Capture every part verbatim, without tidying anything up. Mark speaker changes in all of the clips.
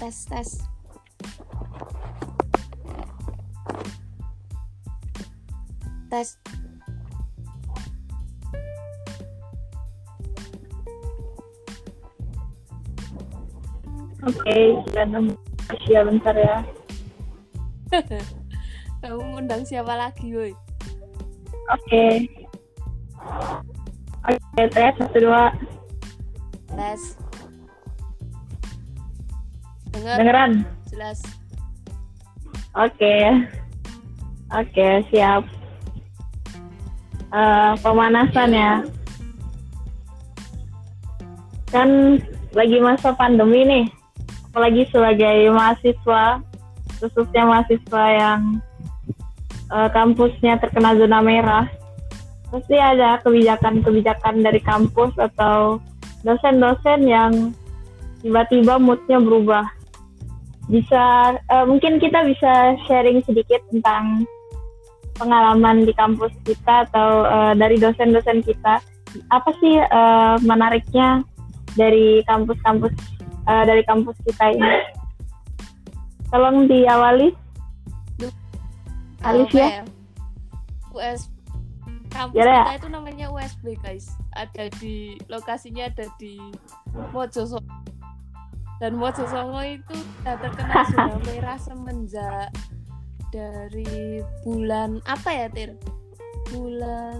Speaker 1: tes tes. Tes.
Speaker 2: Oke, dan ya bentar ya.
Speaker 1: Kamu undang siapa lagi, woi?
Speaker 2: Oke. Oke, tes satu dua.
Speaker 1: Tes. Dengar?
Speaker 2: Dengeran?
Speaker 1: Jelas.
Speaker 2: Oke. Oke, siap. Uh, pemanasan ya. Kan lagi masa pandemi nih. Apalagi sebagai mahasiswa, khususnya mahasiswa yang uh, kampusnya terkena zona merah, pasti ada kebijakan-kebijakan dari kampus atau dosen-dosen yang tiba-tiba moodnya berubah. Bisa, uh, mungkin kita bisa sharing sedikit tentang pengalaman di kampus kita atau uh, dari dosen-dosen kita. Apa sih uh, menariknya dari kampus-kampus uh, dari kampus kita ini? Tolong diawali. Alif ya.
Speaker 1: U S kampus
Speaker 2: ya,
Speaker 1: kita itu namanya U S B guys. Ada di lokasinya ada di Mojosongo. Dan Mojosongo itu sudah terkena zona merah semenjak dari bulan apa ya Tir? Bulan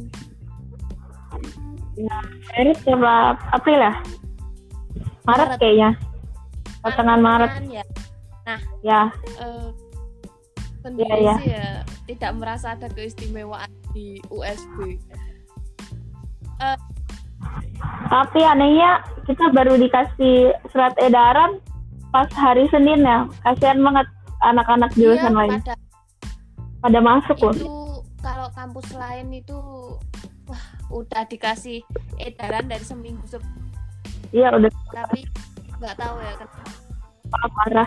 Speaker 2: Ya, Maret coba April ya? Maret, Maret. kayaknya. Pertengahan Maret.
Speaker 1: Ya. Nah,
Speaker 2: ya.
Speaker 1: Uh, sendiri ya, ya. sih ya tidak merasa ada keistimewaan di U S B. Uh,
Speaker 2: Tapi anehnya kita baru dikasih surat edaran pas hari Senin ya. Kasihan banget anak-anak jurusan iya, lain. Pada, pada masuk loh.
Speaker 1: Itu kalau kampus lain itu wah udah dikasih edaran dari seminggu sebelum.
Speaker 2: Iya udah.
Speaker 1: Tapi nggak tahu ya kan.
Speaker 2: Parah.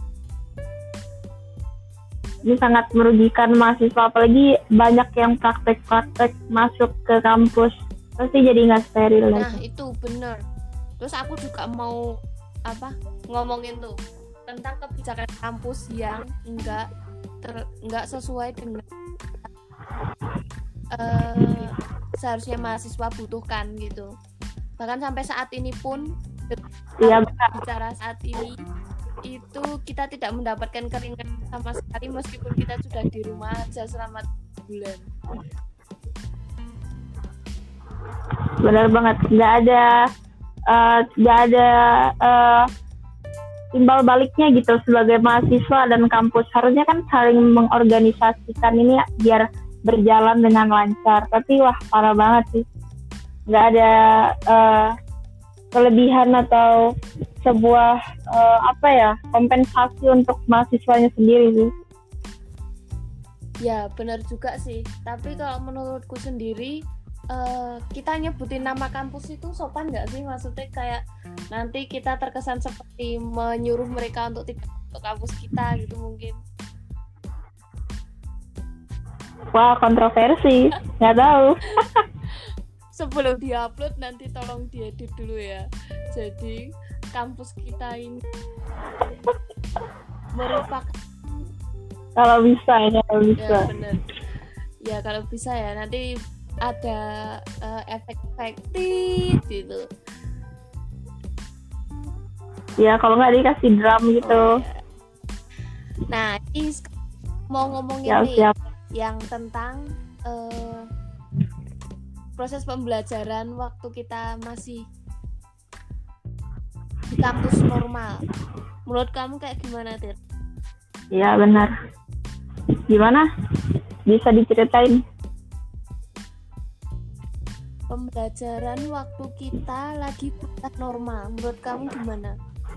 Speaker 2: Ini sangat merugikan mahasiswa, apalagi banyak yang praktek-praktek masuk ke kampus, pasti jadi nggak steril.
Speaker 1: Nah lagi. Itu bener. Terus aku juga mau apa ngomongin tuh tentang kebijakan kampus yang nggak ter, nggak sesuai dengan uh, seharusnya mahasiswa butuhkan gitu. Bahkan sampai saat ini pun
Speaker 2: ya,
Speaker 1: bicara saat ini itu kita tidak mendapatkan keringanan sama sekali meskipun kita sudah di rumah aja selama bulan.
Speaker 2: Benar banget, nggak ada nggak uh, ada uh, timbal baliknya gitu sebagai mahasiswa dan kampus. Harusnya kan saling mengorganisasikan ini biar berjalan dengan lancar. Tapi wah parah banget sih, nggak ada uh, kelebihan atau sebuah uh, apa ya kompensasi untuk mahasiswanya sendiri sih.
Speaker 1: Ya benar juga sih. Tapi kalau menurutku sendiri uh, kita nyebutin nama kampus itu sopan nggak sih? Maksudnya kayak nanti kita terkesan seperti menyuruh mereka untuk tidak untuk kampus kita gitu mungkin.
Speaker 2: Wah kontroversi, nggak tahu.
Speaker 1: Sebelum diupload nanti tolong diedit dulu ya. Jadi kampus kita ini merupakan
Speaker 2: kalau bisa ya kalau bisa
Speaker 1: ya benar ya kalau bisa ya nanti ada uh, efek-efek tit gitu
Speaker 2: ya kalau nggak dikasih drum gitu.
Speaker 1: Oh, ya. Nah ini mau ngomongin
Speaker 2: siap,
Speaker 1: nih
Speaker 2: siap.
Speaker 1: yang tentang uh, proses pembelajaran waktu kita masih di kampus normal. Menurut kamu kayak gimana, Tir?
Speaker 2: Iya benar. Gimana? Bisa diceritain?
Speaker 1: Pembelajaran waktu kita lagi kuliah normal. Menurut kamu gimana?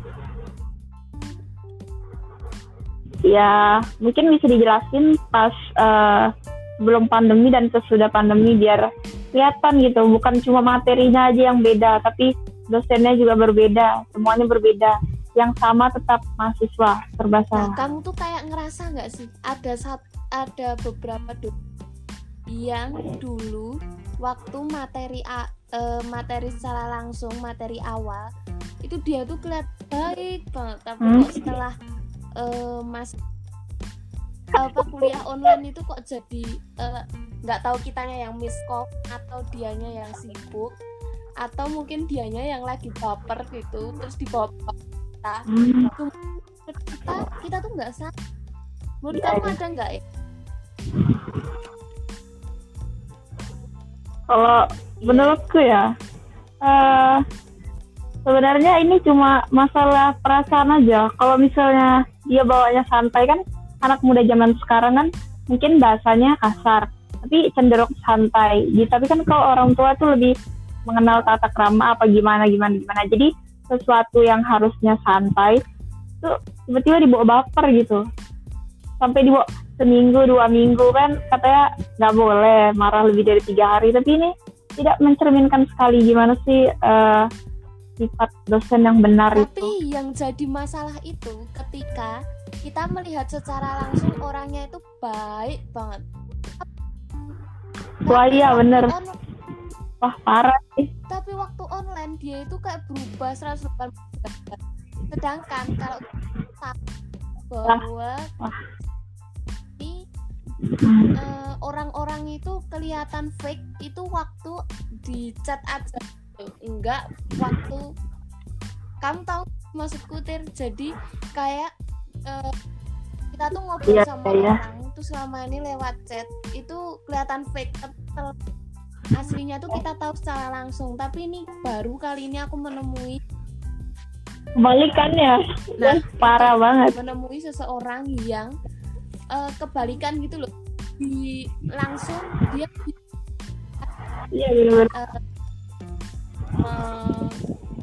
Speaker 2: Ya mungkin bisa dijelasin pas uh, sebelum pandemi dan sesudah pandemi biar kelihatan gitu. Bukan cuma materinya aja yang beda, tapi dosennya juga berbeda, semuanya berbeda. Yang sama tetap mahasiswa serba salah.
Speaker 1: Nah, kamu tuh kayak ngerasa nggak sih ada saat ada beberapa dosen yang dulu waktu materi a, e, materi secara langsung materi awal itu dia tuh kelihatan baik banget, tapi
Speaker 2: Hmm.
Speaker 1: kok setelah uh, mas apa kuliah online itu kok jadi uh, nggak tahu kitanya yang miskom atau dianya yang sibuk atau mungkin dianya yang lagi baper gitu terus dibawa kita.
Speaker 2: Hmm.
Speaker 1: kita kita tuh nggak salah. Menurut
Speaker 2: Ya,
Speaker 1: kamu
Speaker 2: ya.
Speaker 1: ada nggak ya?
Speaker 2: Kalau menurutku ya, eh sebenarnya ini cuma masalah perasaan aja. Kalau misalnya dia bawanya santai kan, anak muda zaman sekarang kan mungkin bahasanya kasar, tapi cenderung santai. Jadi, tapi kan kalau orang tua tuh lebih mengenal tata krama apa gimana gimana gimana. Jadi sesuatu yang harusnya santai tuh tiba-tiba dibawa baper gitu. Sampai dibawa seminggu dua minggu kan katanya nggak boleh marah lebih dari tiga hari. Tapi ini tidak mencerminkan sekali gimana sih uh, sifat dosen yang benar
Speaker 1: Tapi
Speaker 2: itu.
Speaker 1: Tapi yang jadi masalah itu ketika kita melihat secara langsung orangnya itu baik banget.
Speaker 2: Wah iya bener.
Speaker 1: On-
Speaker 2: Wah parah sih.
Speaker 1: Tapi waktu online dia itu kayak berubah seratus delapan puluh derajat. Sedangkan kalau kita bahwa
Speaker 2: Wah.
Speaker 1: ini
Speaker 2: Hmm.
Speaker 1: uh, orang-orang itu kelihatan fake itu waktu di chat aja, enggak waktu kamu tahu maksudku Tir. Jadi kayak uh, kita tuh ngobrol
Speaker 2: Iya,
Speaker 1: sama
Speaker 2: iya.
Speaker 1: orang tuh selama ini lewat chat itu kelihatan fake, tapi aslinya tuh kita tahu secara langsung. Tapi ini baru kali ini aku menemui
Speaker 2: Kebalikannya.
Speaker 1: Nah,
Speaker 2: parah banget.
Speaker 1: menemui seseorang yang uh, kebalikan gitu loh. Di langsung dia
Speaker 2: Iya benar.
Speaker 1: uh, me-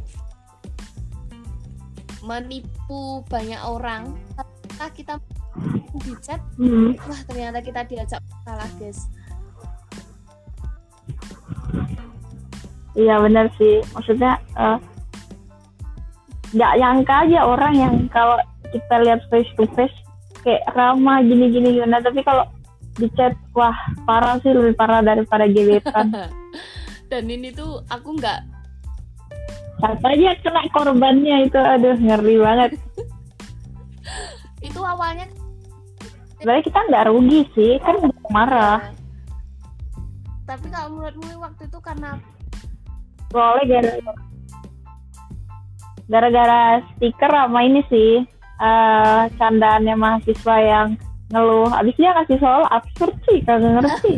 Speaker 1: menipu banyak orang. Setelah kita di chat,
Speaker 2: Hmm.
Speaker 1: wah ternyata kita diajak salah guys.
Speaker 2: Iya benar sih. Maksudnya eh, nggak nyangka aja orang yang kalau kita lihat face to face kayak ramah gini-gini gimana, tapi kalau di chat wah parah sih, lebih parah daripada gebetan.
Speaker 1: Dan ini tuh aku nggak
Speaker 2: Siapa aja kena korbannya itu, aduh ngeri banget.
Speaker 1: itu awalnya
Speaker 2: Sebenarnya kita nggak rugi sih, kan nggak marah.
Speaker 1: tapi kalau menurutmu waktu itu karena
Speaker 2: Soalnya gara-gara gara-gara stiker sama ini sih, eh candaannya mahasiswa yang ngeluh. Abis dia ngasih soal absurd sih, kagak ngerti.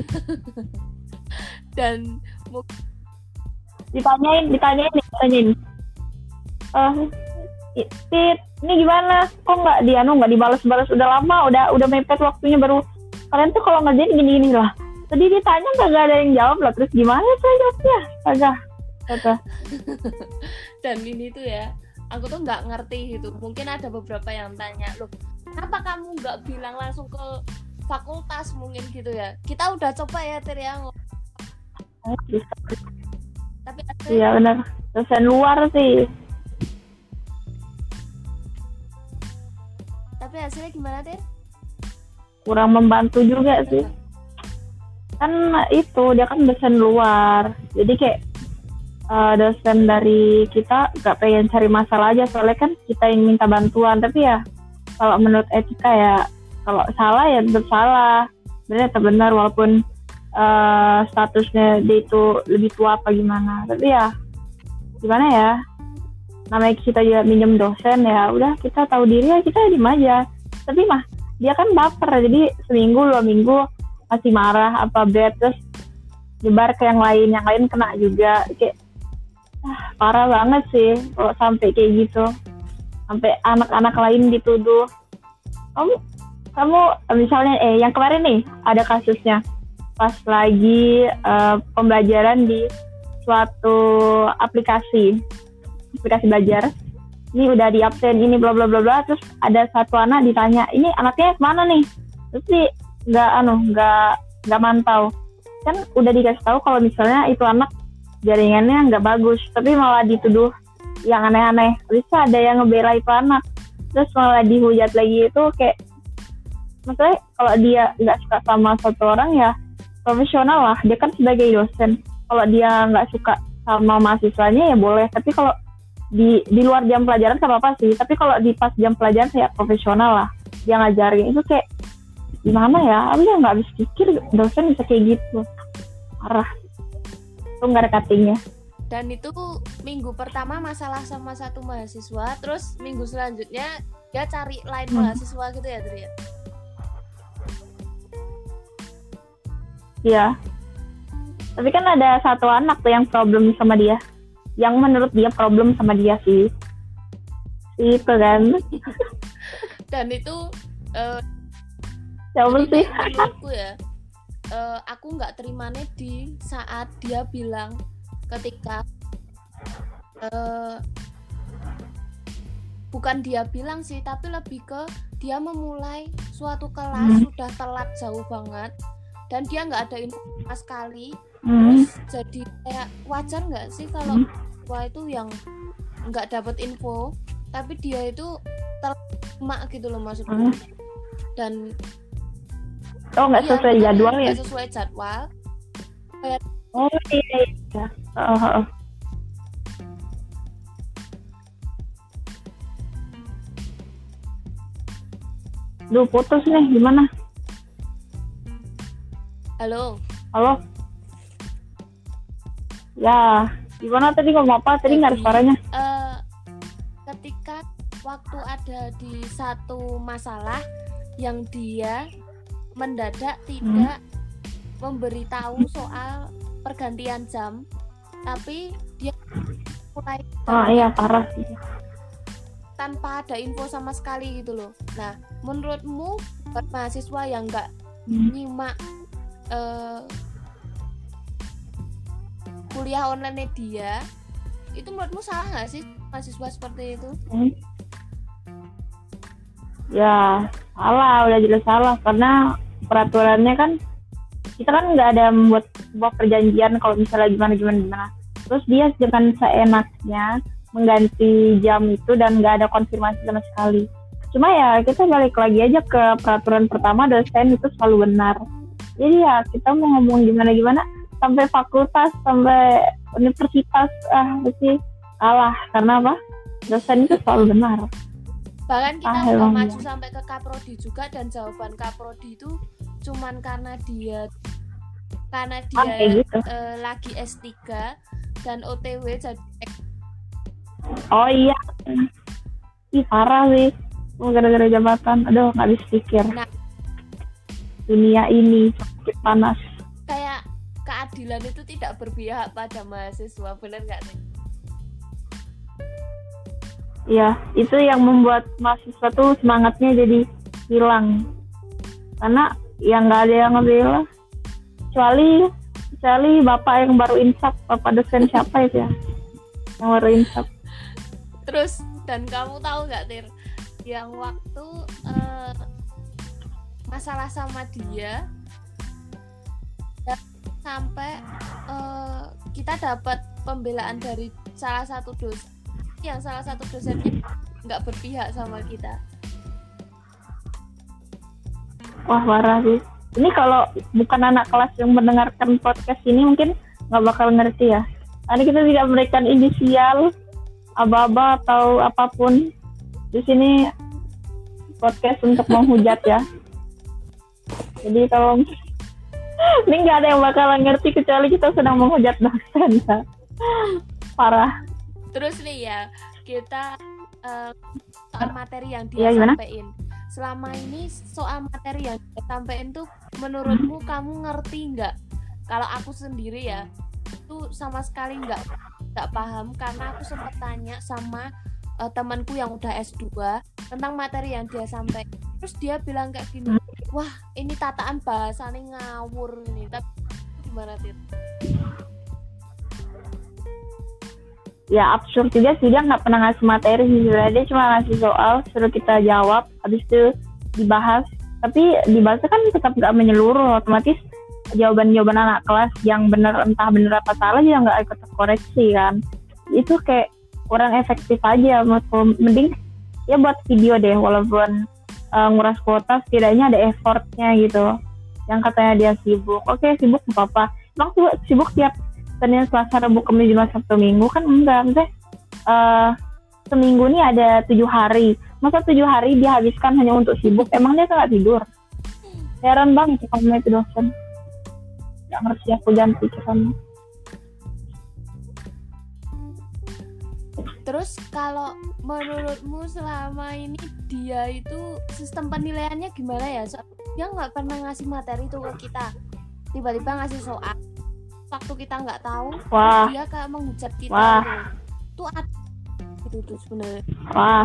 Speaker 1: dan
Speaker 2: Ditanyain, ditanyain, ditanyain. Eh, Tit, ini gimana? Kok nggak di anu nggak dibalas-balas, udah lama, udah udah mepet waktunya, baru kalian tuh kalau ngerjain gini-gini lah. Tadi ditanya nggak ada yang jawab lah, terus gimana saya jawabnya? Kagak, kagak.
Speaker 1: dan ini tuh ya aku tuh nggak ngerti gitu. Mungkin ada beberapa yang tanya loh, kenapa kamu nggak bilang langsung ke fakultas mungkin gitu ya. Kita udah coba ya Tir ya, tapi ada
Speaker 2: Iya benar, dosen luar sih.
Speaker 1: tapi hasilnya gimana Tir?
Speaker 2: Kurang membantu juga sih. Kan itu dia kan dosen luar, jadi kayak uh, dosen dari kita gak pengen cari masalah aja, soalnya kan kita yang minta bantuan. Tapi ya kalau menurut etika ya, kalau salah ya tetap salah, benar tetap benar, walaupun uh, statusnya dia itu lebih tua apa gimana. Tapi ya gimana ya, namanya kita juga minjem dosen, ya udah kita tahu diri ya, kita diem aja. Tapi mah dia kan baper, jadi seminggu dua minggu masih marah apa bad, terus nyebar ke yang lain, yang lain kena juga. Kayak ah, parah banget sih kalau sampai kayak gitu, sampai anak-anak lain dituduh. Kamu kamu misalnya eh yang kemarin nih ada kasusnya pas lagi uh, pembelajaran di suatu aplikasi aplikasi belajar. Ini udah di absen ini bla bla bla bla, terus ada satu anak ditanya, ini anaknya kemana nih? Terus sih nggak anu nggak nggak mantau, kan udah dikasih tahu kalau misalnya itu anak jaringannya nggak bagus, tapi malah dituduh yang aneh-aneh. Terus ada yang ngebela itu anak, terus malah dihujat lagi. Itu kayak maksudnya kalau dia nggak suka sama satu orang ya profesional lah, dia kan sebagai dosen. Kalau dia nggak suka sama mahasiswanya ya boleh, tapi kalau di di luar jam pelajaran nggak apa-apa sih, tapi kalau di pas jam pelajaran kayak profesional lah dia ngajarin, itu kayak gimana ya, aku ya nggak habis pikir dosen bisa kayak gitu, parah, itu nggak ada cuttingnya.
Speaker 1: Dan itu minggu pertama masalah sama satu mahasiswa, terus minggu selanjutnya dia cari lain
Speaker 2: hmm.
Speaker 1: mahasiswa gitu ya Tri ya?
Speaker 2: Iya, tapi kan ada satu anak tuh yang problem sama dia, yang menurut dia problem sama dia sih, itu kan.
Speaker 1: Dan itu uh,
Speaker 2: siapa sih?
Speaker 1: Menurutku ya, uh, aku nggak terimanya di saat dia bilang ketika uh, bukan dia bilang sih, tapi lebih ke dia memulai suatu kelas hmm. sudah telat jauh banget dan dia nggak ada info sama sekali. Hmm. Terus jadi kayak wajar nggak sih kalau hmm. itu yang nggak dapat info, tapi dia itu termak gitu loh maksudku. Hmm. Dan
Speaker 2: oh nggak iya, sesuai jadwal ya?
Speaker 1: Nggak sesuai jadwal. Kayak
Speaker 2: oh iya iya. Oh, oh, oh. Duh putus nih, gimana?
Speaker 1: Halo.
Speaker 2: Halo. Ya, gimana tadi ngomong apa? Tadi nggak ada suaranya.
Speaker 1: Uh, ketika waktu ada di satu masalah yang dia mendadak tidak hmm. memberitahu soal pergantian jam, tapi dia mulai
Speaker 2: oh iya parah sih
Speaker 1: tanpa ada info sama sekali gitu loh. Nah, menurutmu buat mahasiswa yang nggak hmm. nyimak uh, kuliah online dia, itu menurutmu salah nggak sih mahasiswa seperti itu?
Speaker 2: Hmm. Ya salah, udah jelas salah, karena peraturannya kan kita kan nggak ada membuat sebuah perjanjian kalau misalnya gimana gimana gimana. Terus dia dengan seenaknya mengganti jam itu dan nggak ada konfirmasi sama sekali. Cuma ya kita balik lagi aja ke peraturan pertama, dosen itu selalu benar. Jadi ya kita mau ngomong gimana gimana sampai fakultas sampai universitas ah sih kalah, karena apa? Dosen itu selalu benar.
Speaker 1: Bahkan kita ah, udah maju ya. Sampai ke Kaprodi juga, dan jawaban Kaprodi itu cuman karena dia karena dia
Speaker 2: oh, gitu.
Speaker 1: uh, lagi S tiga dan O T W jadi.
Speaker 2: Oh iya, ih parah sih, gara-gara jabatan, aduh nggak bisa pikir. Nah, dunia ini sakit panas.
Speaker 1: Kayak keadilan itu tidak berpihak pada mahasiswa, benar nggak nih?
Speaker 2: Iya, itu yang membuat mahasiswa tuh semangatnya jadi hilang, karena yang nggak ada yang ngebela, kecuali kecuali bapak yang baru insaf, bapak dosen siapa itu ya, yang baru insaf.
Speaker 1: Terus, dan kamu tahu nggak Tir, yang waktu uh, masalah sama dia sampai uh, kita dapat pembelaan dari salah satu dosen, yang salah satu dosennya nggak berpihak sama kita.
Speaker 2: Wah parah sih. Ini kalau bukan anak kelas yang mendengarkan podcast ini mungkin nggak bakal ngerti ya. Tadi kita tidak memberikan inisial, aba-aba atau apapun. Di sini podcast untuk menghujat ya. Jadi tolong, ini nggak ada yang bakalan ngerti kecuali kita sedang menghujat dosen ya. Parah.
Speaker 1: Terus nih ya, kita uh, soal materi yang dia ya, sampaikan. Selama ini soal materi yang dia sampaikan tuh menurutmu hmm. kamu ngerti nggak? Kalau aku sendiri ya, itu sama sekali nggak nggak paham, karena aku sempat tanya sama uh, temanku yang udah S dua tentang materi yang dia sampaikan. Terus dia bilang kayak gini, wah ini tataan bahasanya ngawur ini. Tapi gimana Tir?
Speaker 2: Ya absurd juga sih, dia nggak pernah ngasih materi sih, dia cuma ngasih soal, suruh kita jawab, habis itu dibahas. Tapi dibahasnya kan tetap nggak menyeluruh, otomatis jawaban-jawaban anak kelas yang benar, entah benar apa salah juga nggak ikut koreksi kan. Itu kayak kurang efektif aja. Mending ya buat video deh, walaupun uh, nguras kuota, setidaknya ada effortnya gitu. Yang katanya dia sibuk, oke sibuk nggak apa-apa. Emang sibuk tiap Senin, Selasa, Rabu, Kamis, Jumat, Sabtu, Minggu kan enggak, maksudnya uh, seminggu nih ada tujuh hari. Masa tujuh hari dihabiskan hanya untuk sibuk? Emang dia nggak tidur? Heran banget kamu itu dosen. Nggak ngerti aku jangan pikirannya.
Speaker 1: Terus kalau menurutmu selama ini dia itu sistem penilaiannya gimana ya? So, dia nggak pernah ngasih materi tuh ke kita. Tiba-tiba ngasih soal. Waktu kita nggak tahu,
Speaker 2: Wah.
Speaker 1: dia kayak menghujat kita.
Speaker 2: Wah.
Speaker 1: Tuh ada itu tuh sebenarnya.
Speaker 2: Wah.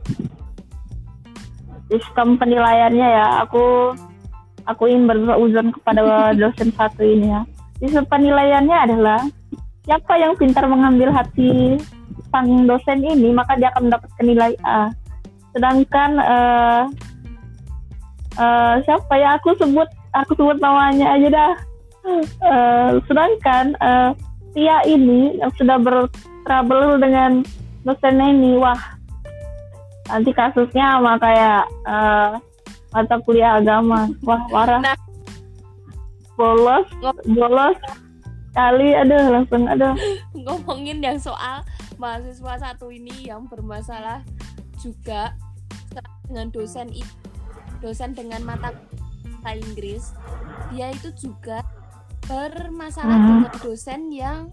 Speaker 2: Sistem penilaiannya ya, aku aku ingin beruzon kepada dosen satu ini ya. Sistem penilaiannya adalah siapa yang pintar mengambil hati sang dosen ini, maka dia akan mendapatkan nilai A. Sedangkan uh, uh, siapa ya aku sebut aku sebut namanya aja dah. Uh, sedangkan uh, Tia ini yang sudah bertrouble dengan dosennya ini, wah nanti kasusnya sama kayak uh, mata kuliah agama, wah parah. Nah, bolos bolos kali, aduh langsung aduh.
Speaker 1: Ngomongin yang soal mahasiswa satu ini yang bermasalah juga dengan dosen dosen dengan mata bahasa Inggris, dia itu juga bermasalah hmm. dengan dosen yang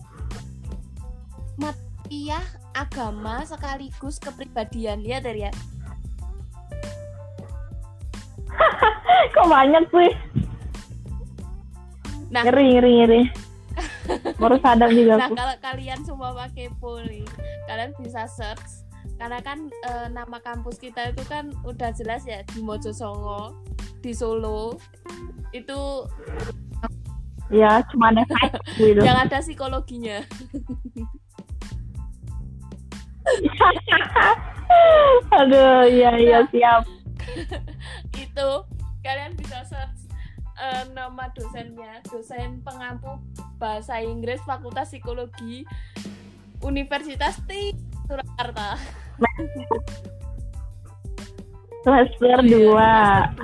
Speaker 1: matiah agama sekaligus kepribadian ya dari ya.
Speaker 2: Kok banyak sih? Nah, ngeri ngeri ngeri. Baru sadar juga
Speaker 1: nah,
Speaker 2: aku.
Speaker 1: Kalau kalian semua pakai Poli, kalian bisa search karena kan e, nama kampus kita itu kan udah jelas ya, di Mojosongo, di Solo. Itu
Speaker 2: ya cuma ada gitu.
Speaker 1: Yang ada psikologinya.
Speaker 2: Aduh, iya iya
Speaker 1: nah,
Speaker 2: siap.
Speaker 1: Itu kalian bisa search uh, nama dosennya, dosen pengampu bahasa Inggris Fakultas Psikologi Universitas Surakarta.
Speaker 2: Semester dua.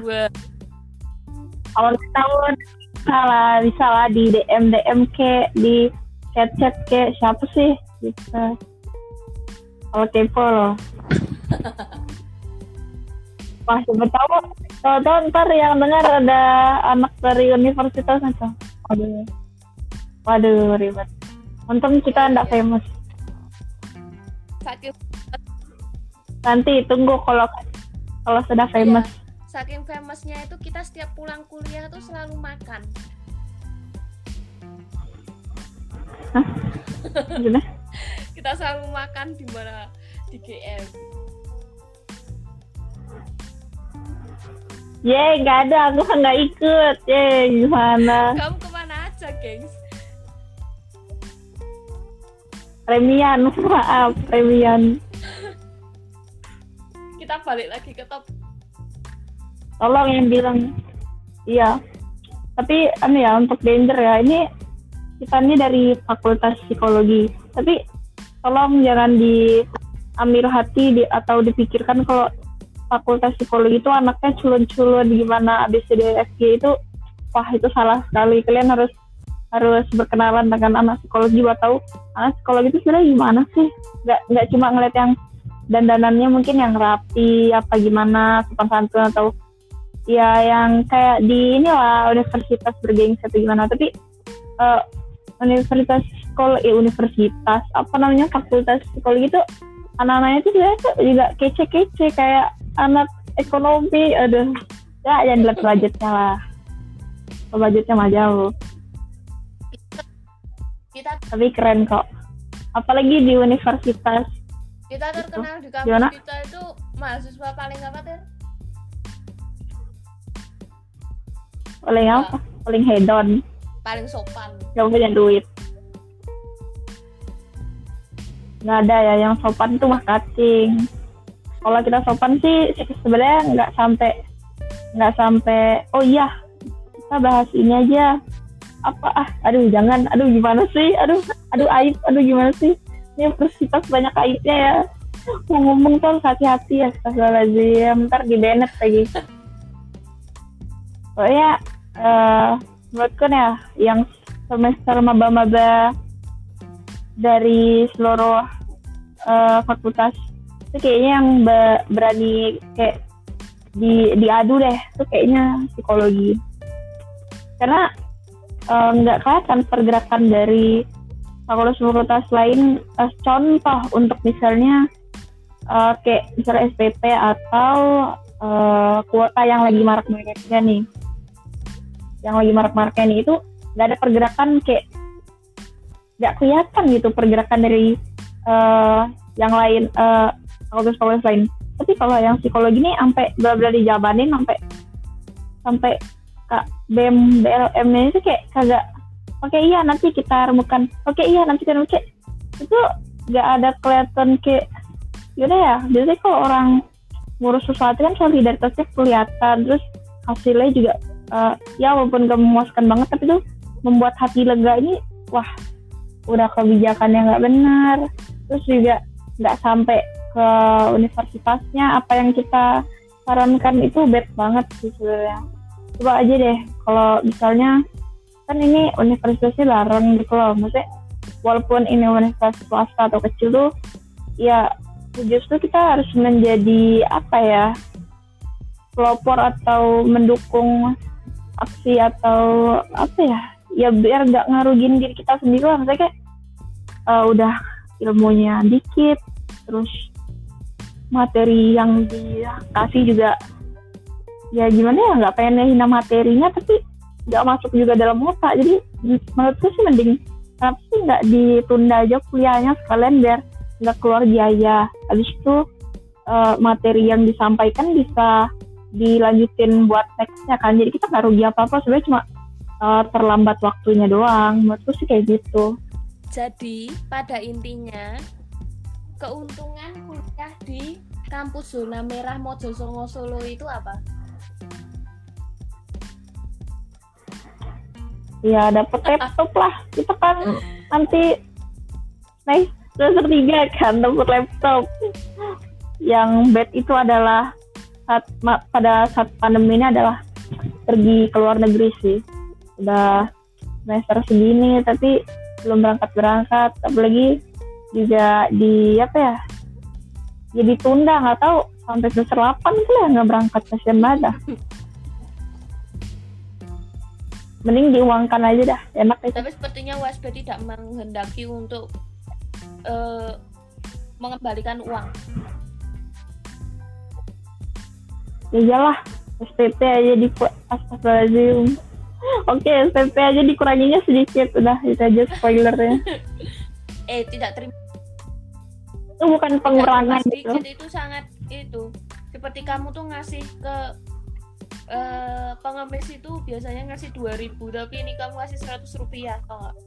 Speaker 2: Awal tahun salah, bisa lah di D M D M ke, di chat-chat ke, siapa sih? Bisa. Kalau kepo loh. Wah, siapa tahu, tahu ntar yang dengar ada anak dari universitas itu. Waduh, waduh ribet. Untung kita nggak famous.
Speaker 1: Saking
Speaker 2: nanti tunggu kalau kalau sudah famous.
Speaker 1: Iya. Saking famousnya itu kita setiap pulang kuliah tuh selalu makan.
Speaker 2: Hah? Gimana?
Speaker 1: Kita selalu makan di mana? Di G M.
Speaker 2: Ye, nggak ada, aku kan nggak ikut. Ye, gimana?
Speaker 1: Kamu kemana aja, gengs?
Speaker 2: Premian, maaf, premian.
Speaker 1: Kita balik lagi ke top.
Speaker 2: Tolong yang bilang, iya. Tapi, anu ya, untuk danger ya, ini kita ini dari Fakultas Psikologi. Tapi, tolong jangan diambil hati di, atau dipikirkan kalau Fakultas Psikologi itu anaknya culun-culun gimana A B C D E F G itu, wah itu salah sekali. Kalian harus harus berkenalan dengan anak psikologi buat tahu anak psikologi itu sebenarnya gimana sih. Nggak nggak cuma ngeliat yang dandanannya mungkin yang rapi apa gimana sopan santun atau ya yang kayak di inilah universitas bergengsi atau gimana. Tapi uh, universitas psikologi, eh, universitas apa namanya fakultas psikologi itu anak-anaknya itu juga juga kece-kece kayak anak ekonomi. Aduh, ya jangan dilihat budgetnya lah, budgetnya mah jauh.
Speaker 1: Kita
Speaker 2: tapi keren kok, apalagi di universitas.
Speaker 1: Kita terkenal di kampus
Speaker 2: Gimana?
Speaker 1: Kita itu mahasiswa paling apa Ter?
Speaker 2: Paling
Speaker 1: nah.
Speaker 2: apa? Paling hedon.
Speaker 1: Paling sopan.
Speaker 2: Yang punya duit. Nggak ada ya yang sopan tuh mah cacing. Kalau kita sopan sih sebenarnya nggak sampai nggak sampai. Oh iya, kita bahas ini aja. Apa ah? Aduh jangan. Aduh gimana sih? Aduh, aduh aib. Aduh gimana sih? Ini universitas banyak aibnya ya. Mau ngomong tuh hati-hati ya. Astagfirullahaladzim. Ntar di-banned lagi. Pokoknya uh, menurutku ya yang semester maba-maba dari seluruh uh, fakultas itu kayaknya yang be- berani kayak di diadu deh itu kayaknya psikologi, karena uh, nggak kelihatan pergerakan dari fakultas-fakultas lain. Uh, contoh untuk misalnya uh, kayak misalnya S P P atau uh, kuota yang lagi marak-maraknya nih, yang lagi marak-maraknya nih itu nggak ada pergerakan, kayak nggak kelihatan gitu pergerakan dari uh, yang lain, uh, fakultas-fakultas lain. Tapi kalau yang psikologi nih sampai benar-benar dijabanin sampai sampai kak B E M B L M-nya itu kayak kagak oke okay, iya nanti kita remukan, oke okay, iya nanti kita remukan, itu nggak ada kelihatan kayak yaudah ya. Biasanya kalau orang ngurus sesuatu kan solidaritasnya kelihatan, terus hasilnya juga uh, ya walaupun gak memuaskan banget tapi tuh membuat hati lega. Ini wah udah kebijakannya nggak benar, terus juga nggak sampai ke universitasnya apa yang kita sarankan, itu bad banget sih sebenarnya. Coba aja deh kalau misalnya kan ini universitasnya larang gitu loh, maksudnya walaupun ini universitas swasta atau kecil tuh ya justru kita harus menjadi apa ya, pelopor atau mendukung aksi atau apa ya, ya biar nggak ngarugin diri kita sendiri lah. Maksudnya kayak uh, udah ilmunya dikit, terus materi yang dikasih juga ya gimana ya, nggak pengen hina materinya tapi nggak masuk juga dalam otak. Jadi menurutku sih mending kenapa sih nggak ditunda aja kuliahnya sekalian biar nggak keluar biaya. Habis itu uh, materi yang disampaikan bisa dilanjutin buat nextnya kan, jadi kita nggak rugi apa-apa sebenarnya, cuma uh, terlambat waktunya doang. Menurutku sih kayak gitu.
Speaker 1: Jadi pada intinya keuntungan kuliah di kampus zona merah Mojosongo Solo itu apa?
Speaker 2: Ya dapat laptop lah, kita kan nanti next semester tiga kan dapat laptop. Yang bad itu adalah saat ma- pada saat pandemi ini adalah pergi ke luar negeri sih. Udah semester segini tapi belum berangkat-berangkat, apalagi juga di apa ya, jadi tunda, nggak tahu sampai semester delapan tuh ya nggak berangkat, kasian banget. Mending diuangkan aja dah, enak itu.
Speaker 1: Tapi sepertinya W A S P tidak menghendaki untuk uh, mengembalikan uang.
Speaker 2: Ya iyalah, S P P aja di astagfirullahaladzim. Oke, S P P aja dikuranginya sedikit, udah itu aja spoilernya.
Speaker 1: eh tidak terima.
Speaker 2: Itu bukan pengurangan
Speaker 1: gitu.
Speaker 2: gitu.
Speaker 1: Itu sangat itu. Seperti kamu tuh ngasih ke uh, pengemis itu biasanya ngasih dua ribu, tapi ini kamu ngasih seratus rupiah, tau gak?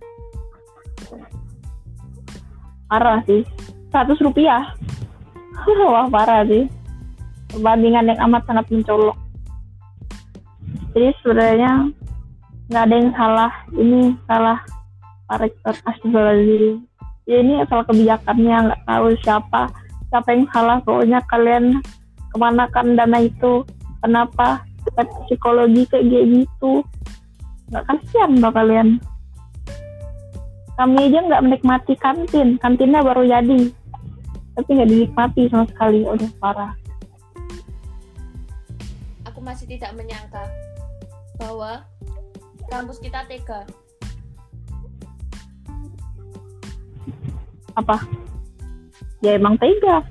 Speaker 2: Parah sih, seratus rupiah. Wah parah sih. Perbandingan yang amat sangat mencolok. Jadi sebenarnya nggak ada yang salah, ini salah para rektor astagfirullahaladzim. Ya ini asal kebijakannya, nggak tahu siapa siapa yang salah. Pokoknya kalian kemanakan dana itu, kenapa tes psikologi kayak gitu, nggak kasihan mbak kalian. Kami aja nggak menikmati kantin, kantinnya baru jadi tapi nggak dinikmati sama sekali, udah parah.
Speaker 1: Aku masih tidak menyangka bahwa kampus kita tega.
Speaker 2: Apa? Ya emang tega.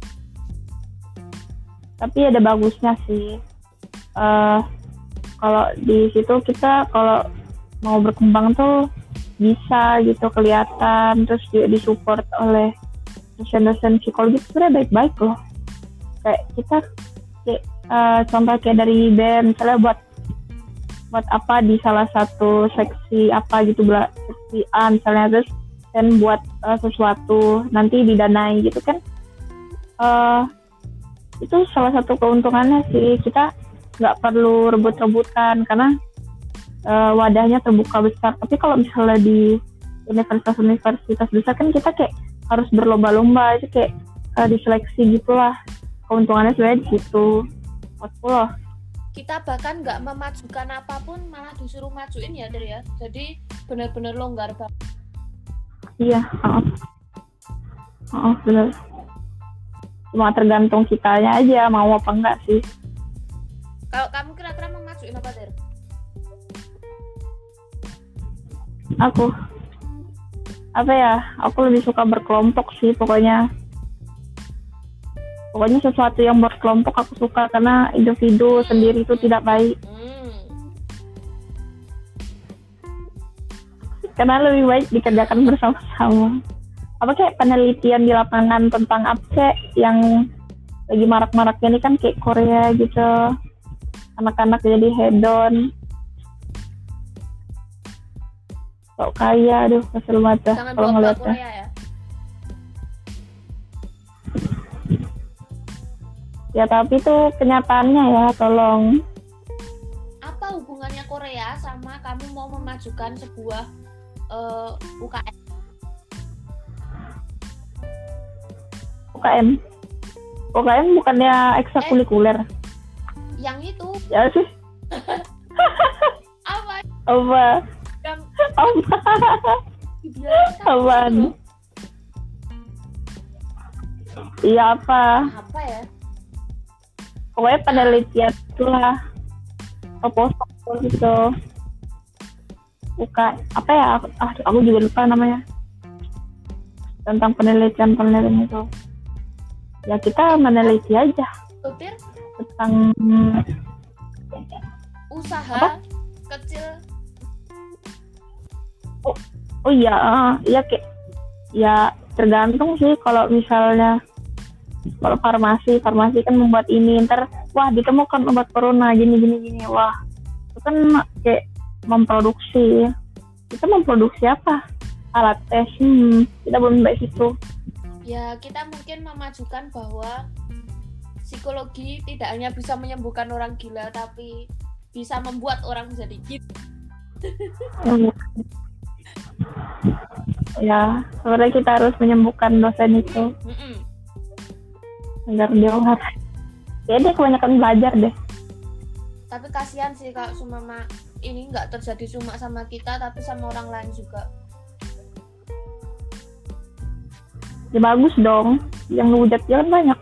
Speaker 2: Tapi ada bagusnya sih. Uh, kalau di situ kita kalau mau berkembang tuh bisa gitu kelihatan, terus juga disupport oleh dosen-dosen psikologi. Sebenarnya baik-baik loh. Kayak kita kayak, uh, contoh kayak dari B E M misalnya buat buat apa di salah satu seksi apa gitu, seksi A misalnya, terus dan buat uh, sesuatu nanti didanai gitu kan. Uh, itu salah satu keuntungannya sih, kita nggak perlu rebut-rebutan karena uh, wadahnya terbuka besar. Tapi kalau misalnya di universitas-universitas besar kan kita kayak harus berlomba-lomba, itu kayak uh, diseleksi gitulah. Keuntungannya sebenarnya di situ. Loh.
Speaker 1: Kita bahkan nggak memajukan apapun, malah disuruh majuin ya, Der ya. Jadi benar-benar longgar banget.
Speaker 2: Iya. Uh. Oh, benar. Cuma tergantung kitanya aja mau apa enggak sih.
Speaker 1: Kalau kamu kira-kira mau majuin apa, Ter?
Speaker 2: Aku apa ya? Aku lebih suka berkelompok sih pokoknya. Pokoknya sesuatu yang berkelompok aku suka karena individu sendiri itu tidak baik.
Speaker 1: Hmm.
Speaker 2: Karena lebih baik dikerjakan bersama-sama. Apa kayak penelitian di lapangan tentang apa kayak yang lagi marak-maraknya ini kan kayak Korea gitu. Anak-anak jadi hedon. Sok kaya, aduh kesel banget
Speaker 1: Jangan
Speaker 2: kalau
Speaker 1: bawa
Speaker 2: ngeliatnya.
Speaker 1: Korea ya.
Speaker 2: Ya tapi itu kenyataannya ya, tolong.
Speaker 1: Apa hubungannya Korea sama kamu mau memajukan sebuah uh, U K M?
Speaker 2: U K M U K M bukannya ekstrakurikuler?
Speaker 1: Yang itu
Speaker 2: Ya sih.
Speaker 1: apa
Speaker 2: Apa?
Speaker 1: yang
Speaker 2: Apa?
Speaker 1: dibilang
Speaker 2: Apaan? Iya apa?
Speaker 1: apa ya?
Speaker 2: Pokoknya penelitian itulah. Proposal gitu. Buka apa ya? Ah, aku juga lupa namanya. Tentang penelitian-penelitian itu. Ya kita meneliti aja
Speaker 1: Supir
Speaker 2: tentang
Speaker 1: usaha
Speaker 2: Apa?
Speaker 1: kecil.
Speaker 2: oh iya, uh, iya kayak ya tergantung sih kalau misalnya kalau farmasi, farmasi kan membuat ini ntar wah ditemukan obat corona gini gini gini wah itu kan kayak memproduksi kita memproduksi apa alat tes hmm, kita belum sampai situ.
Speaker 1: Ya kita mungkin memajukan bahwa psikologi tidak hanya bisa menyembuhkan orang gila tapi bisa membuat orang menjadi gila.
Speaker 2: Hmm. Ya sebenarnya kita harus menyembuhkan dosen itu
Speaker 1: Mm-mm.
Speaker 2: agar dia waras. Ya dia kebanyakan belajar deh.
Speaker 1: Tapi kasihan sih kalau sumama ini nggak terjadi cuma sama kita tapi sama orang lain juga.
Speaker 2: Ya bagus dong, yang ngehujat dia kan banyak.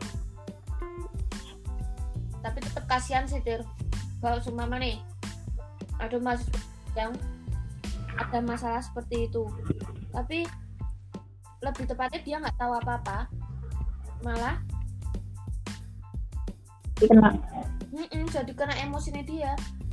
Speaker 1: Tapi tetap kasihan sih Tir. Kalau sumama nih ada mahasiswa yang ada masalah seperti itu. Tapi lebih tepatnya dia nggak tahu apa-apa. Malah
Speaker 2: Kena.
Speaker 1: mm-mm, jadi kena emosinya dia.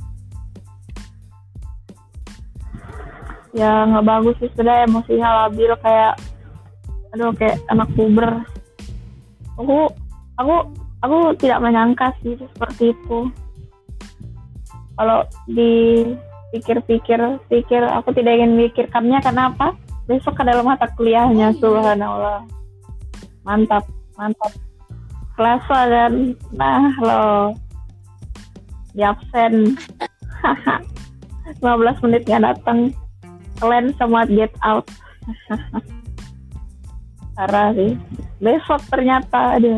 Speaker 2: Ya nggak bagus sih, sudah emosinya labil kayak aduh kayak anak puber. Aku aku aku tidak menyangka sih seperti itu. Kalau dipikir-pikir pikir aku tidak ingin memikirkannya karena apa? Besok ada mata kuliahnya.
Speaker 1: Oh, iya.
Speaker 2: Subhanallah. Mantap, mantap. Kelasa kan. Nah, lo di absen. lima belas menit nggak datang. Kalian sama get out. Parah sih. Besok ternyata ada.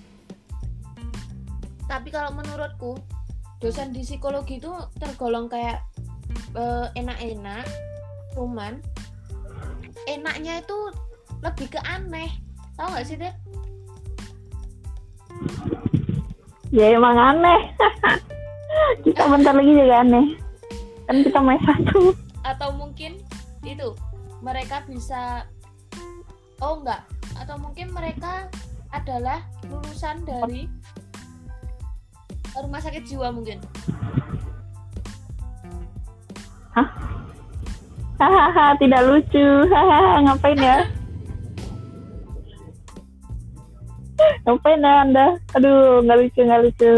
Speaker 1: Tapi kalau menurutku dosen di psikologi itu tergolong kayak uh, enak-enak, cuman enaknya itu lebih ke aneh. Tahu nggak sih Tir?
Speaker 2: Ya emang aneh. Kita bentar lagi juga aneh. Kan kita main satu.
Speaker 1: Atau mungkin itu mereka bisa oh enggak atau mungkin mereka adalah lulusan dari rumah sakit jiwa mungkin.
Speaker 2: Hah? Hahaha, tidak lucu. Hahaha, ngapain ya? Ngapain ya Anda? Aduh, nggak lucu, nggak lucu.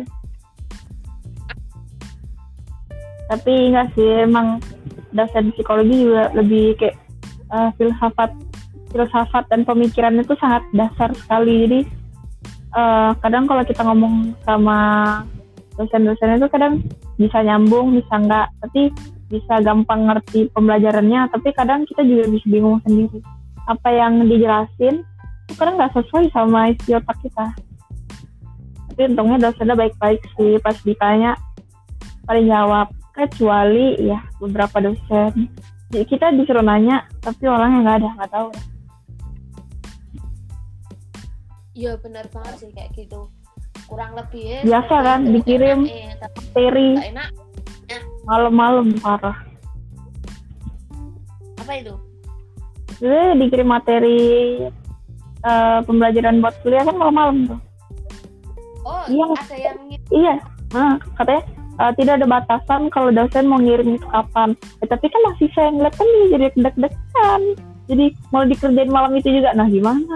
Speaker 2: Tapi nggak sih, emang dosen psikologi juga lebih kayak uh, filsafat, filsafat dan pemikiran itu sangat dasar sekali. Jadi uh, kadang kalau kita ngomong sama dosen-dosen itu kadang bisa nyambung, bisa enggak, tapi bisa gampang ngerti pembelajarannya, tapi kadang kita juga bisa bingung sendiri. Apa yang dijelasin itu kadang nggak sesuai sama isi otak kita. Tapi untungnya dosennya baik-baik sih, pas ditanya pada jawab, kecuali ya beberapa dosen. Jadi kita disuruh nanya, tapi orangnya nggak ada, nggak tahu.
Speaker 1: Iya benar banget sih kayak gitu. Kurang lebih ya.
Speaker 2: Biasa kan
Speaker 1: itu,
Speaker 2: dikirim
Speaker 1: enak, eh, tapi
Speaker 2: materi
Speaker 1: nggak enak.
Speaker 2: malam-malam parah.
Speaker 1: Apa itu?
Speaker 2: Jadi dikirim materi uh, pembelajaran buat kuliah kan malam-malam tuh.
Speaker 1: Oh,
Speaker 2: iya.
Speaker 1: Ada yang
Speaker 2: Iya. Nah, katanya uh, tidak ada batasan kalau dosen mau ngirim itu kapan. Eh, tapi kan masih saya ngeliat kan jadi deg-degan. Jadi mau dikerjain malam itu juga. Nah, gimana?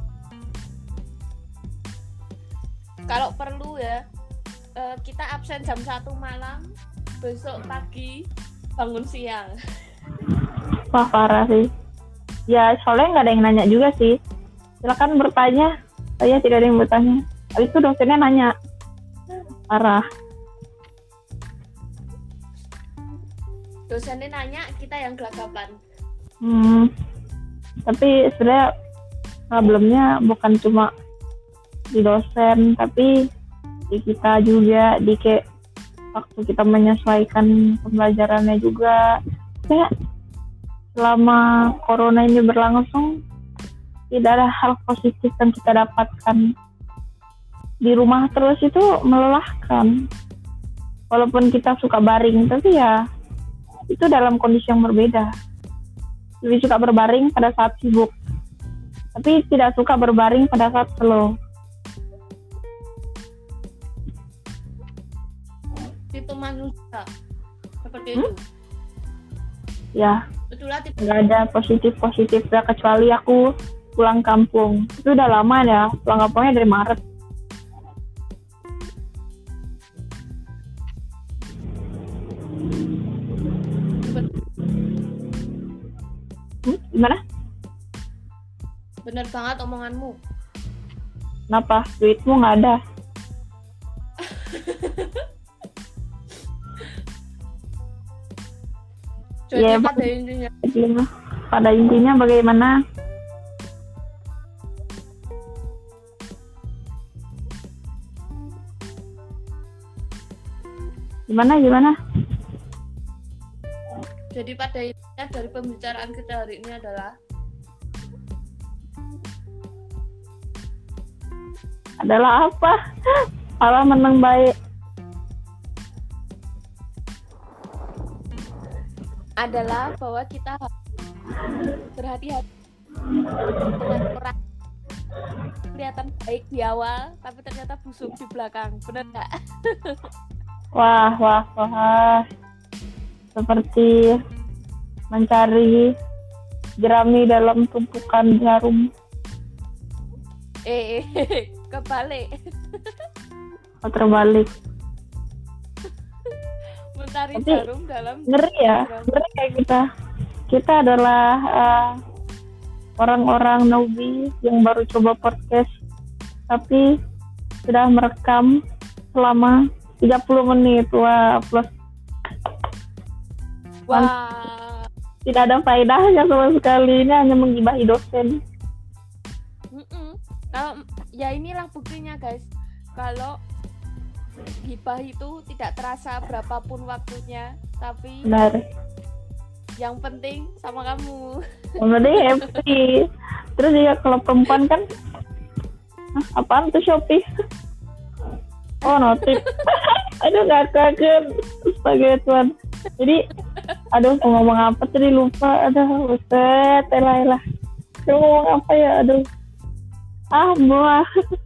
Speaker 1: Kalau perlu ya, uh, kita absen jam satu malam, besok pagi bangun siang.
Speaker 2: Wah, parah sih. Ya, soalnya nggak ada yang nanya juga sih. Silakan bertanya. Saya tidak ada yang bertanya. Habis itu dosennya nanya. Parah.
Speaker 1: Dosennya nanya, kita yang gelagapan.
Speaker 2: Hmm. Tapi sebenarnya problemnya bukan cuma di dosen, tapi di kita juga, di kayak waktu kita menyesuaikan pembelajarannya juga. Kayak selama corona ini berlangsung, tidak ada hal positif yang kita dapatkan. Di rumah terus itu melelahkan. Walaupun kita suka baring, tapi ya itu dalam kondisi yang berbeda. Lebih suka berbaring pada saat sibuk, tapi tidak suka berbaring pada saat slow.
Speaker 1: Itu manusia seperti
Speaker 2: hmm?
Speaker 1: itu.
Speaker 2: Ya,
Speaker 1: Itulah tipe.
Speaker 2: nggak ada positif-positifnya kecuali aku pulang kampung. Itu udah lama ya, pulang kampungnya dari Maret. Hmm, gimana?
Speaker 1: Bener banget omonganmu.
Speaker 2: Kenapa? Duitmu nggak ada?
Speaker 1: Jadi
Speaker 2: Ya,
Speaker 1: pada intinya
Speaker 2: Jadi, pada intinya bagaimana? Gimana, gimana?
Speaker 1: Jadi pada intinya dari pembicaraan kita hari ini adalah
Speaker 2: Adalah apa? Allah menang baik.
Speaker 1: adalah bahwa kita harus berhati-hati dengan orang kelihatan baik di awal tapi ternyata busuk di belakang, benar nggak?
Speaker 2: Wah, wah, wah. Seperti mencari jerami dalam tumpukan jarum.
Speaker 1: Eh, eh kebalik.
Speaker 2: Oh, terbalik.
Speaker 1: Mencari
Speaker 2: Tapi
Speaker 1: jarum dalam
Speaker 2: ngeri ya,
Speaker 1: jarum.
Speaker 2: ngeri kayak kita. Kita adalah uh, orang-orang newbie yang baru coba podcast, tapi sudah merekam selama tiga puluh menit. Wah, plus.
Speaker 1: Wah.
Speaker 2: Tidak ada faedahnya sama sekali. Ini hanya menggibahi dosen.
Speaker 1: Mm-mm. Kalau ya inilah buktinya guys, kalau gibah itu tidak terasa berapapun waktunya, tapi
Speaker 2: Benar.
Speaker 1: yang penting sama kamu.
Speaker 2: Yang penting happy. Terus juga kalau perempuan kan, hah, apaan tuh Shopee? Oh, notif. Aduh, gak kaget. Astaga Tuhan. Jadi, aduh, mau ngomong apa tadi lupa. Aduh, buset, elah, elah. Mau ngomong apa ya, aduh. Ah, buah.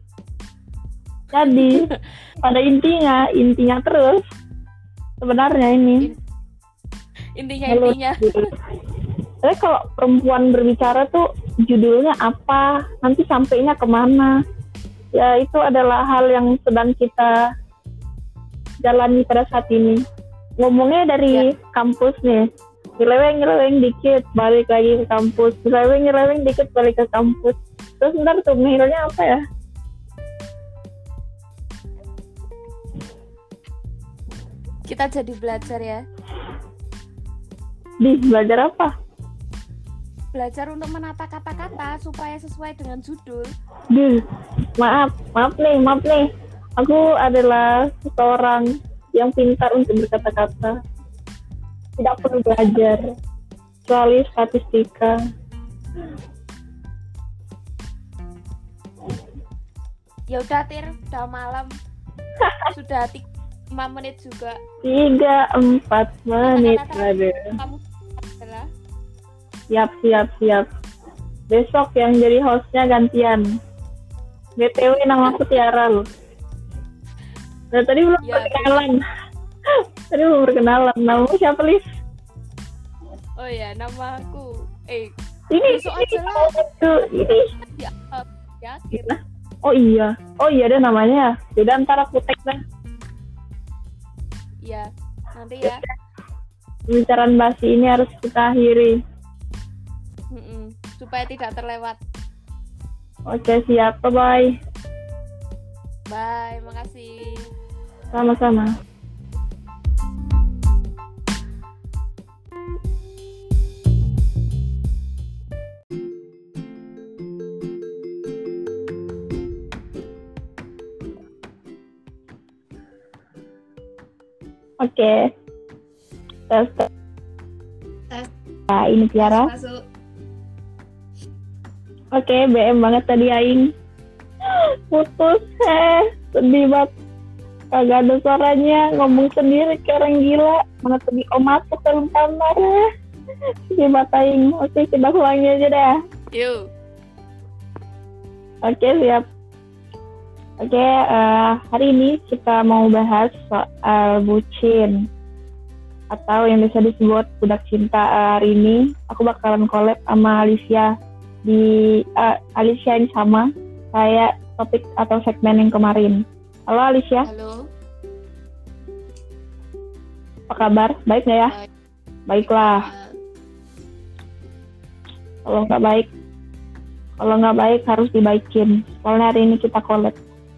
Speaker 2: Jadi, pada intinya, intinya terus. Sebenarnya ini.
Speaker 1: Intinya
Speaker 2: Halo.
Speaker 1: intinya.
Speaker 2: Tapi kalau perempuan berbicara tuh judulnya apa, nanti sampainya kemana, ya itu adalah hal yang sedang kita jalani pada saat ini. Ngomongnya dari ya. Kampus nih, nyeleweng-nyeleweng dikit balik lagi ke kampus, nyeleweng-nyeleweng dikit balik ke kampus. Terus ntar tuh menghiraunya apa ya?
Speaker 1: Kita jadi belajar ya.
Speaker 2: Di belajar apa?
Speaker 1: Belajar untuk menata kata-kata supaya sesuai dengan judul.
Speaker 2: Duh, maaf, maaf nih, maaf nih. Aku adalah seseorang yang pintar untuk berkata-kata. Tidak perlu belajar, kecuali statistika.
Speaker 1: Ya udah Tir, udah malam. Sudah lima menit juga.
Speaker 2: Tiga empat menit.
Speaker 1: Kata-kata
Speaker 2: Aduh.
Speaker 1: kamu adalah
Speaker 2: Siap, siap, siap. Besok yang jadi hostnya gantian. B T W nama aku Tiara loh. Nah, tadi belum
Speaker 1: ya,
Speaker 2: perkenalan. Tadi belum perkenalan. Namamu siapa, Lis?
Speaker 1: oh ya, nama aku. Eh,
Speaker 2: Ini,
Speaker 1: besok
Speaker 2: ini,
Speaker 1: aja lah.
Speaker 2: tuh, ini.
Speaker 1: Ya, uh, ya akhir.
Speaker 2: Oh iya, oh iya ada namanya. Jadi ntar aku tag dah.
Speaker 1: Ya, nanti ya.
Speaker 2: Pembicaraan basi ini harus kita akhiri.
Speaker 1: Mm-mm. Supaya tidak terlewat.
Speaker 2: Oke, siap. Bye-bye.
Speaker 1: Bye, makasih.
Speaker 2: Sama-sama. Oke. Tes. tes.
Speaker 1: Tes.
Speaker 2: Nah, ini Tiara.
Speaker 1: Masuk.
Speaker 2: Oke, B M banget tadi aing. Putus, heh. Sedih banget. Kagak ada suaranya, ngomong sendiri kayak orang gila. Mana tadi om masuk dalam kamar. Sedih banget aing. Oke, kita ulangi aja dah.
Speaker 1: Yuk.
Speaker 2: Oke, siap. Oke, uh, hari ini kita mau bahas soal bucin atau yang bisa disebut budak cinta. Uh, hari ini aku bakalan collab sama Alicia di uh, Alicia yang sama kayak topik atau segmen yang kemarin. Halo Alicia.
Speaker 1: Halo.
Speaker 2: Apa kabar? Baik nggak ya?
Speaker 1: Baik.
Speaker 2: Baiklah. Kalau nggak baik, kalau nggak baik harus dibaikin. Soalnya hari ini kita collab.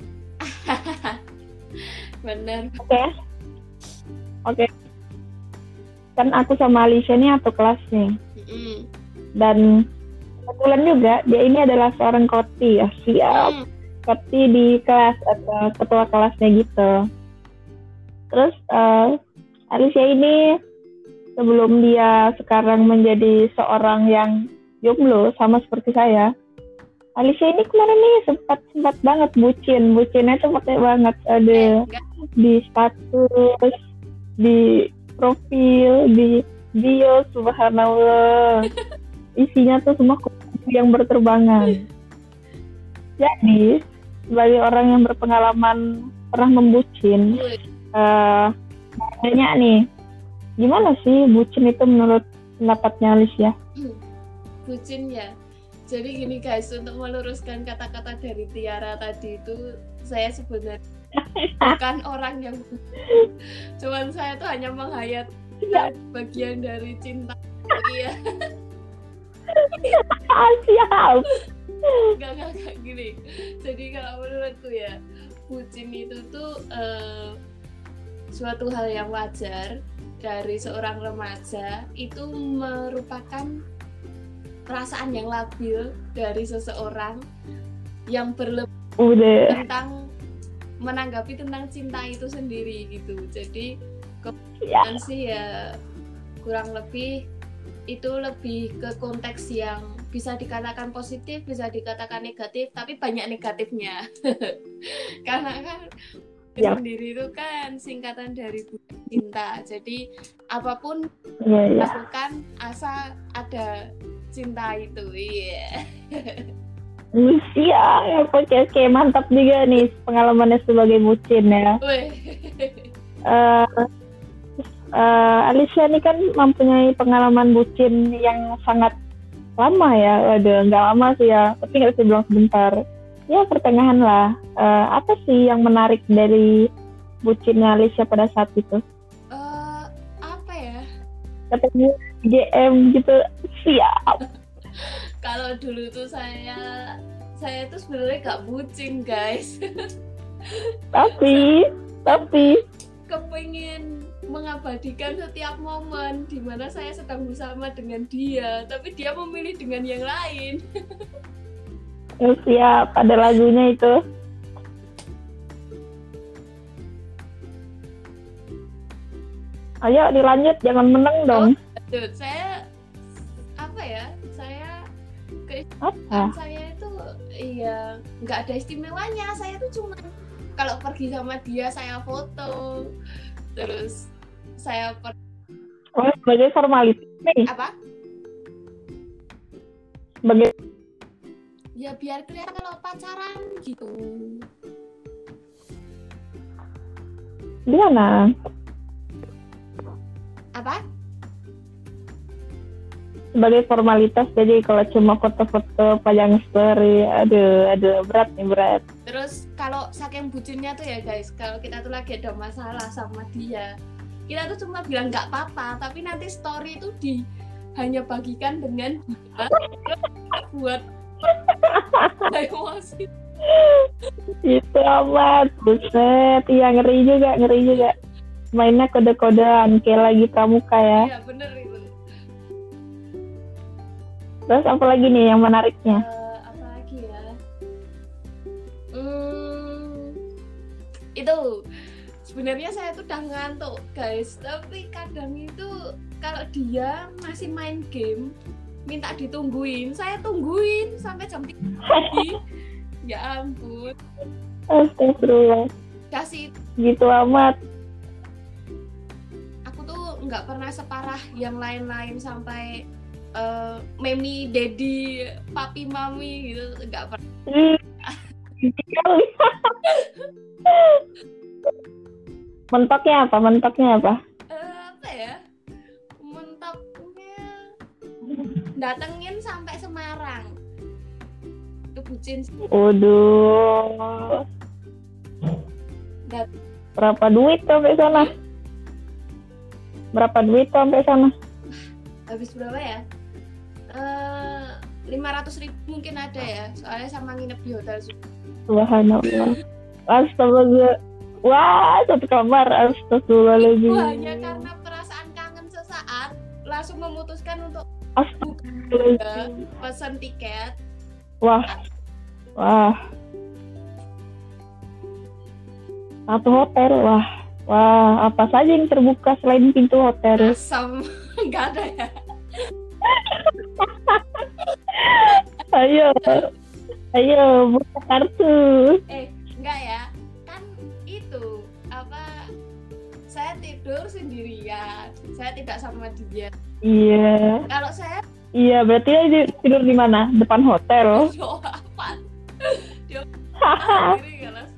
Speaker 1: Bener.
Speaker 2: Oke, okay. oke. Okay. Kan aku sama Alicia ini satu kelas nih.
Speaker 1: Mm-mm.
Speaker 2: Dan kebetulan juga dia ini adalah seorang koti ya, siap. Mm. Koti di kelas atau ketua kelasnya gitu. Terus uh, Alicia ini sebelum dia sekarang menjadi seorang yang jomblo sama seperti saya, Alicia ini kemarin nih sempat sempat banget bucin, bucinnya tuh pakai banget ada
Speaker 1: eh,
Speaker 2: di status, di profil, di bio, subhanallah. Isinya tuh semua yang berterbangan. Jadi sebagai orang yang berpengalaman pernah membucin, uh, nanya nih, gimana sih bucin itu menurut pendapatnya Alicia?
Speaker 1: Bucin ya. Jadi gini guys, untuk meluruskan kata-kata dari Tiara tadi itu, saya sebenarnya bukan orang yang cuman saya tuh hanya menghayat bagian dari cinta. Iya.
Speaker 2: Siap.
Speaker 1: Gak, gak, gak gini. Jadi kalau menurutku ya, bucin itu tuh uh, suatu hal yang wajar dari seorang remaja. Itu merupakan perasaan yang labil dari seseorang yang berlebihan tentang menanggapi tentang cinta itu sendiri gitu. Jadi kemudian ya. sih ya kurang lebih itu lebih ke konteks yang bisa dikatakan positif, bisa dikatakan negatif, tapi banyak negatifnya. Karena kan ya. sendiri itu kan singkatan dari cinta. Jadi apapun ya, ya. lakukan asal ada cinta itu. Iya.
Speaker 2: Iya, ya, oke oke mantap juga nih pengalamannya sebagai bucin ya. uh, uh, Alicia ini kan mempunyai pengalaman bucin yang sangat lama ya. Waduh, nggak lama sih ya, tapi nggak bisa bilang sebentar. Ya pertengahan lah. Uh, apa sih yang menarik dari bucinnya Alicia pada saat itu?
Speaker 1: Uh, apa ya?
Speaker 2: Ketemu G M gitu, siap.
Speaker 1: Kalau dulu tuh saya saya tuh sebenarnya gak bucin guys.
Speaker 2: tapi tapi
Speaker 1: kepingin mengabadikan setiap momen di mana saya sedang bersama dengan dia, tapi dia memilih dengan yang lain.
Speaker 2: Ya, siap, ada lagunya itu. Ayo dilanjut, jangan menang dong.
Speaker 1: Oh, saya apa ya? Saya keistimewaannya
Speaker 2: apa?
Speaker 1: saya itu iya nggak ada istimewanya. Saya tuh cuma kalau pergi sama dia saya foto, terus saya per-
Speaker 2: Oh, sebagai formalitas nih.
Speaker 1: apa
Speaker 2: Sebagai
Speaker 1: ya biar kelihatan kalau pacaran gitu.
Speaker 2: di mana?
Speaker 1: Apa
Speaker 2: Sebagai formalitas, jadi kalau cuma foto-foto pajang story, aduh, aduh, berat nih, berat.
Speaker 1: terus kalau saking bucinnya tuh ya guys, kalau kita tuh lagi ada masalah sama dia, kita tuh cuma bilang nggak apa-apa, tapi nanti story itu di hanya bagikan dengan dia buat emosi.
Speaker 2: Itu amat, buset, iya ngeri juga, ngeri juga. Mainnya kode-kodean, kayak lagi pramuka ya.
Speaker 1: Iya bener itu.
Speaker 2: Terus apa lagi nih yang menariknya?
Speaker 1: Uh, apa lagi ya? Hmm, itu sebenarnya saya tuh udah ngantuk guys, tapi kadang itu kalau dia masih main game minta ditungguin, saya tungguin sampai jam tiga pagi. Ya ampun.
Speaker 2: Astagfirullah.
Speaker 1: Kasih
Speaker 2: Gitu amat.
Speaker 1: aku tuh nggak pernah separah yang lain-lain sampai uh, memi, daddy, papi, mami gitu, nggak pernah.
Speaker 2: Hmm. Mentoknya apa? Mentoknya apa?
Speaker 1: Uh, apa ya? Mentoknya datengin sampai Semarang. Itu bucin.
Speaker 2: Waduh.
Speaker 1: Dat-
Speaker 2: Berapa duit sampai sana? Berapa duit sampai sana?
Speaker 1: habis berapa ya? Uh, lima ratus ribu mungkin ada ya, soalnya sama nginep di hotel.
Speaker 2: Subhanallah. Astagfirullah. Wah, satu kamar. Astagfirullahaladzim.
Speaker 1: Itu hanya karena perasaan kangen sesaat, langsung memutuskan untuk
Speaker 2: Astagfirullahaladzim.
Speaker 1: pesan tiket.
Speaker 2: Wah. Wah. Satu hotel. Wah. Wah, apa saja yang terbuka selain pintu hotel?
Speaker 1: Asam. Nggak ada ya.
Speaker 2: Ayo. Ayo, buka kartu.
Speaker 1: Eh, enggak ya. Kan itu apa? Saya tidur sendirian. Saya tidak sama dia.
Speaker 2: Iya.
Speaker 1: Kalau saya
Speaker 2: Iya, berarti dia tidur di mana? Depan hotel.
Speaker 1: doa apa? Dia sendiri kelas.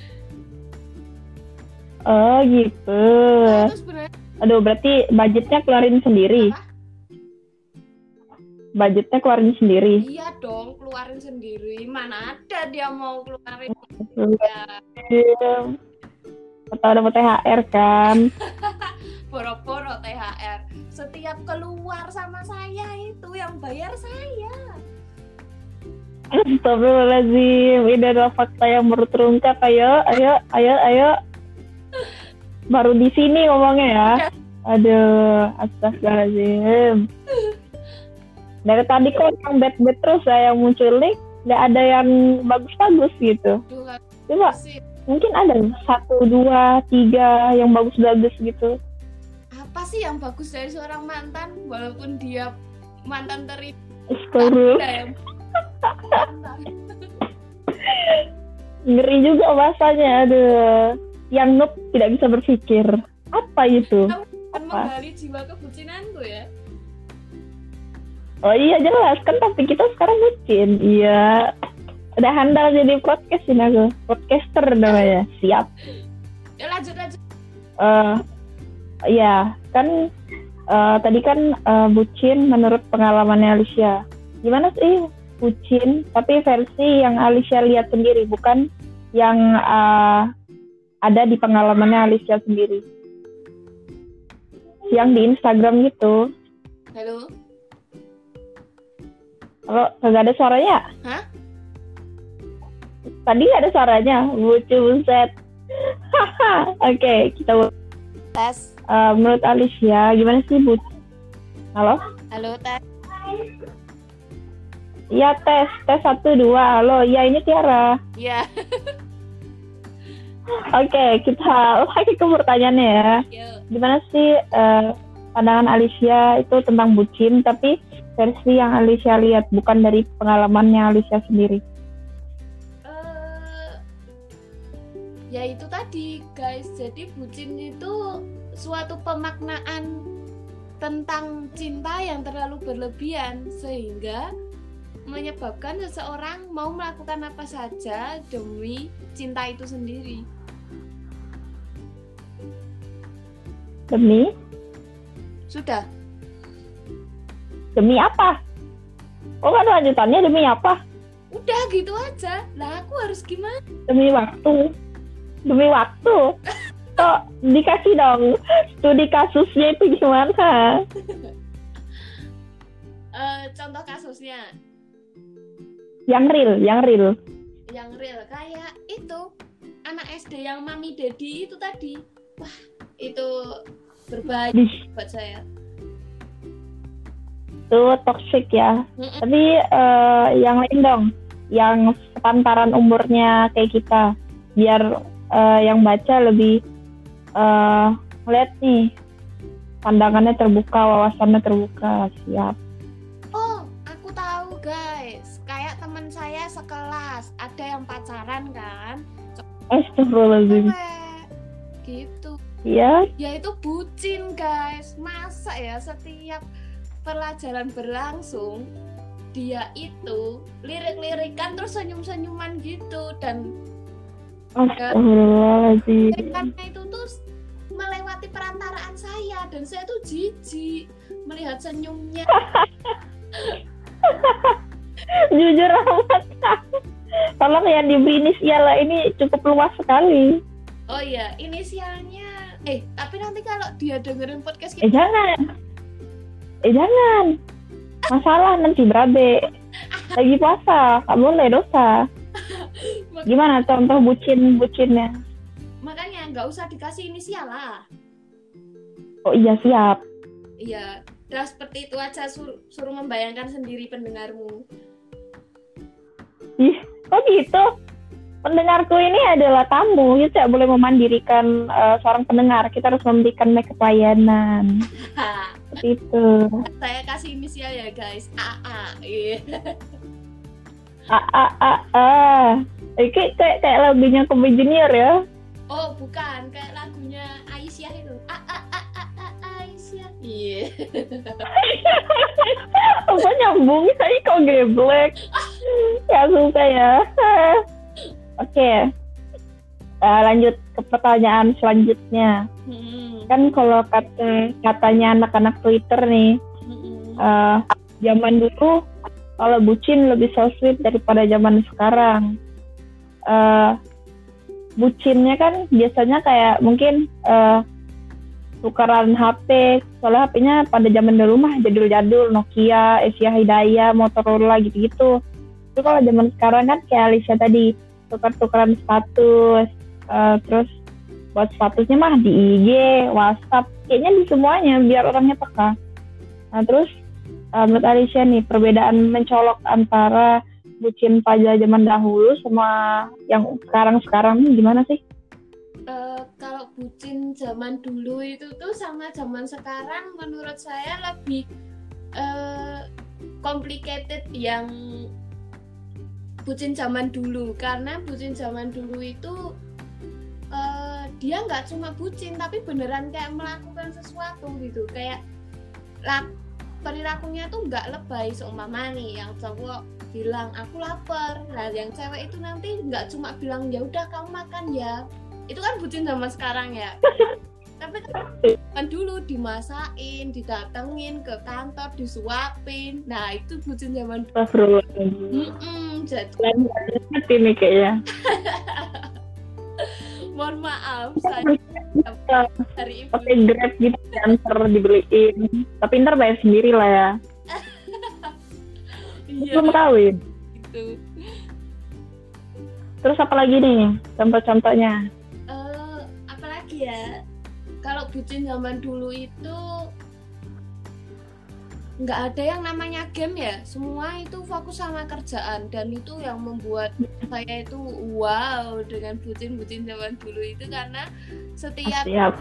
Speaker 2: Oh, gitu.
Speaker 1: Nah, itu sebenarnya
Speaker 2: Aduh, berarti budgetnya keluarin sendiri.
Speaker 1: apa?
Speaker 2: Budgetnya keluarin sendiri.
Speaker 1: Iya dong, keluarin sendiri. Mana ada dia mau keluarin ya,
Speaker 2: Atau dapat T H R kan?
Speaker 1: boro-boro T H R. Setiap keluar sama saya itu yang bayar saya.
Speaker 2: Astagfirullahaladzim. Ini adalah fakta yang baru terungkap. Ayo, ayo, ayo, ayo. Baru di sini ngomongnya ya. Aduh, astagfirullahaladzim. Dari tadi kok yang bad-bad terus saya yang muncul nih. Nggak ada yang bagus-bagus gitu.
Speaker 1: Duh,
Speaker 2: Coba,
Speaker 1: sih.
Speaker 2: mungkin ada satu, dua, tiga yang bagus-bagus gitu.
Speaker 1: Apa sih yang bagus dari seorang mantan walaupun dia mantan teri
Speaker 2: Astagfirullah.
Speaker 1: ada yang mantan.
Speaker 2: Ngeri juga bahasanya. Aduh. Yang noob tidak bisa berpikir. Apa itu?
Speaker 1: Kan menggali jiwa kebucinanku ya.
Speaker 2: Oh iya jelas kan, tapi kita sekarang bucin. Iya. Udah handal jadi podcast ini aku. Podcaster namanya. Siap.
Speaker 1: Ya lanjut lanjut.
Speaker 2: Eh iya, kan uh, tadi kan uh, bucin menurut pengalamannya Alicia. Gimana sih bucin tapi versi yang Alicia lihat sendiri, bukan yang uh, ada di pengalamannya Alicia sendiri. Yang di Instagram gitu.
Speaker 1: Halo.
Speaker 2: Kalau nggak ada suaranya?
Speaker 1: Hah?
Speaker 2: Tadi nggak ada suaranya. Bucu buset. Oke, okay, kita
Speaker 1: Tes.
Speaker 2: uh, menurut Alicia gimana sih bu? Halo?
Speaker 1: Halo tes.
Speaker 2: Iya tes, tes satu dua. Halo, ya ini Tiara.
Speaker 1: Iya.
Speaker 2: Oke, okay, kita lagi ke pertanyaannya ya.
Speaker 1: Yuk.
Speaker 2: Gimana sih uh, pandangan Alicia itu tentang bucin, tapi versi yang Alicia lihat, bukan dari pengalamannya Alicia sendiri.
Speaker 1: ya itu tadi guys, jadi bucin itu suatu pemaknaan tentang cinta yang terlalu berlebihan sehingga menyebabkan seseorang mau melakukan apa saja demi cinta itu sendiri.
Speaker 2: Demi?
Speaker 1: Sudah.
Speaker 2: Demi apa? Oh, kan lanjutannya demi apa?
Speaker 1: Udah gitu aja. Lah aku harus gimana?
Speaker 2: Demi waktu. Demi waktu. Kok dikasih dong studi kasusnya itu gimana?
Speaker 1: uh, contoh kasusnya.
Speaker 2: Yang real, yang real.
Speaker 1: Yang real kayak itu anak S D yang mami daddy itu tadi. Wah, itu berbahaya
Speaker 2: Dih.
Speaker 1: buat saya.
Speaker 2: Itu toxic ya.
Speaker 1: Mm-mm.
Speaker 2: Tapi uh, yang lain dong, yang sepantaran umurnya kayak kita, biar uh, yang baca lebih uh, lihat nih, pandangannya terbuka, wawasannya terbuka. Siap.
Speaker 1: Oh, aku tahu guys. Kayak teman saya sekelas ada yang pacaran kan.
Speaker 2: Astagfirullahaladzim.
Speaker 1: Cewek. Gitu.
Speaker 2: Iya.
Speaker 1: Ya itu bucin guys. Masa ya setiap pelajaran berlangsung dia itu lirik-lirikan terus senyum-senyuman gitu dan
Speaker 2: Astagfirullahaladzim.
Speaker 1: lirikannya itu tuh melewati perantaraan saya dan saya tuh jijik melihat senyumnya.
Speaker 2: Jujur amat. Tolong ya diberi inisial lah, ini cukup luas sekali.
Speaker 1: Oh iya, inisialnya eh tapi nanti kalau dia dengerin podcast
Speaker 2: Eh
Speaker 1: kita
Speaker 2: jangan. Eh jangan. Masalah nanti berabe. Lagi puasa, gak boleh dosa. Gimana contoh bucin-bucinnya?
Speaker 1: makanya nggak usah dikasih inisial lah.
Speaker 2: Oh iya siap.
Speaker 1: Iya, udah seperti itu aja, sur- suruh membayangkan sendiri pendengarmu.
Speaker 2: Ih, kok gitu? Pendengarku ini adalah tamu, kita tidak boleh memandirikan uh, seorang pendengar. Kita harus memberikan mereka pelayanan. Seperti itu.
Speaker 1: Saya kasih inisial ya guys, A A. Iya.
Speaker 2: A A A A. Eh, kayak kayak kayak lagunya Kobe Junior ya.
Speaker 1: Oh bukan, kayak lagunya Aisyah itu. A A A A A Aisyah. Iya.
Speaker 2: Apa nyambung? Saya kok geblek. Ya suka ya. Oke, uh, lanjut ke pertanyaan selanjutnya.
Speaker 1: Hmm.
Speaker 2: Kan kalau kata katanya anak-anak Twitter nih,
Speaker 1: Hmm.
Speaker 2: uh, zaman dulu kalau bucin lebih so sweet daripada zaman sekarang. Uh, bucinnya kan biasanya kayak mungkin uh, tukaran H P, soalnya H P-nya pada zaman dulu mah jadul-jadul, Nokia, Asia Hidayah, Motorola gitu-gitu. Itu kalau zaman sekarang kan kayak Alicia tadi, tukar-tukaran status, uh, terus buat statusnya mah di I G, WhatsApp, kayaknya di semuanya biar orangnya peka. Nah terus uh, menurut Alicia nih, perbedaan mencolok antara bucin pada zaman dahulu sama yang sekarang-sekarang nih gimana sih?
Speaker 1: Uh, kalau bucin zaman dulu itu tuh sama zaman sekarang menurut saya lebih uh, complicated yang bucin zaman dulu, karena bucin zaman dulu itu uh, dia nggak cuma bucin tapi beneran kayak melakukan sesuatu gitu, kayak lak, perilakunya tuh nggak lebay. Seumpama nih yang cowok bilang aku lapar, nah yang cewek itu nanti nggak cuma bilang ya udah kamu makan ya, itu kan bucin zaman sekarang ya. Tapi kan dulu dimasakin, didatengin ke kantor, disuapin. Nah itu bucin zaman dulu.
Speaker 2: Astagfirullahaladzim.
Speaker 1: Jadi
Speaker 2: Mati nih kayaknya.
Speaker 1: mohon maaf saya dari ibu.
Speaker 2: Pakai Grab gitu, antar dibeliin. Tapi ntar bayar sendiri lah ya.
Speaker 1: Iya.
Speaker 2: Belum kawin.
Speaker 1: Gitu.
Speaker 2: Terus apa lagi nih contoh-contohnya?
Speaker 1: Uh, apalagi ya? Kalau bucin zaman dulu itu nggak ada yang namanya game ya, semua itu fokus sama kerjaan, dan itu yang membuat saya itu wow dengan bucin-bucin zaman dulu itu, karena setiap
Speaker 2: Siap.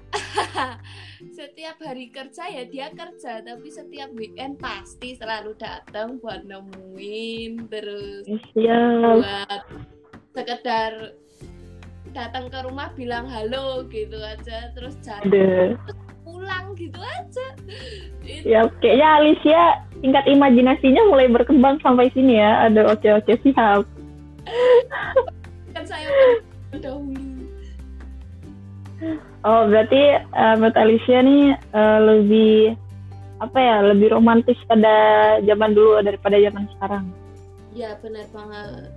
Speaker 1: setiap hari kerja ya dia kerja, tapi setiap weekend pasti selalu datang buat nemuin, terus
Speaker 2: Siap.
Speaker 1: buat sekedar datang ke rumah bilang halo gitu aja, terus jalan
Speaker 2: Aduh.
Speaker 1: terus pulang gitu aja. Itu
Speaker 2: Ya, kayaknya Alicia tingkat imajinasinya mulai berkembang sampai sini ya. Aduh, oke oke siap.
Speaker 1: kan saya dahulu.
Speaker 2: Oh, berarti uh, menurut Alicia nih uh, lebih apa ya, lebih romantis pada zaman dulu daripada zaman sekarang.
Speaker 1: Ya benar banget.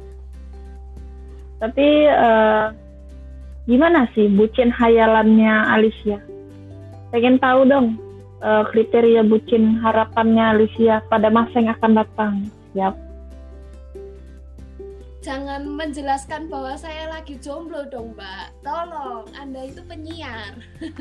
Speaker 2: Tapi uh, gimana sih bucin hayalannya Alicia? Pengen tahu dong uh, kriteria bucin harapannya Alicia pada masa yang akan datang. Siap.
Speaker 1: Jangan menjelaskan bahwa saya lagi jomblo dong, Mbak. Tolong, Anda itu penyiar.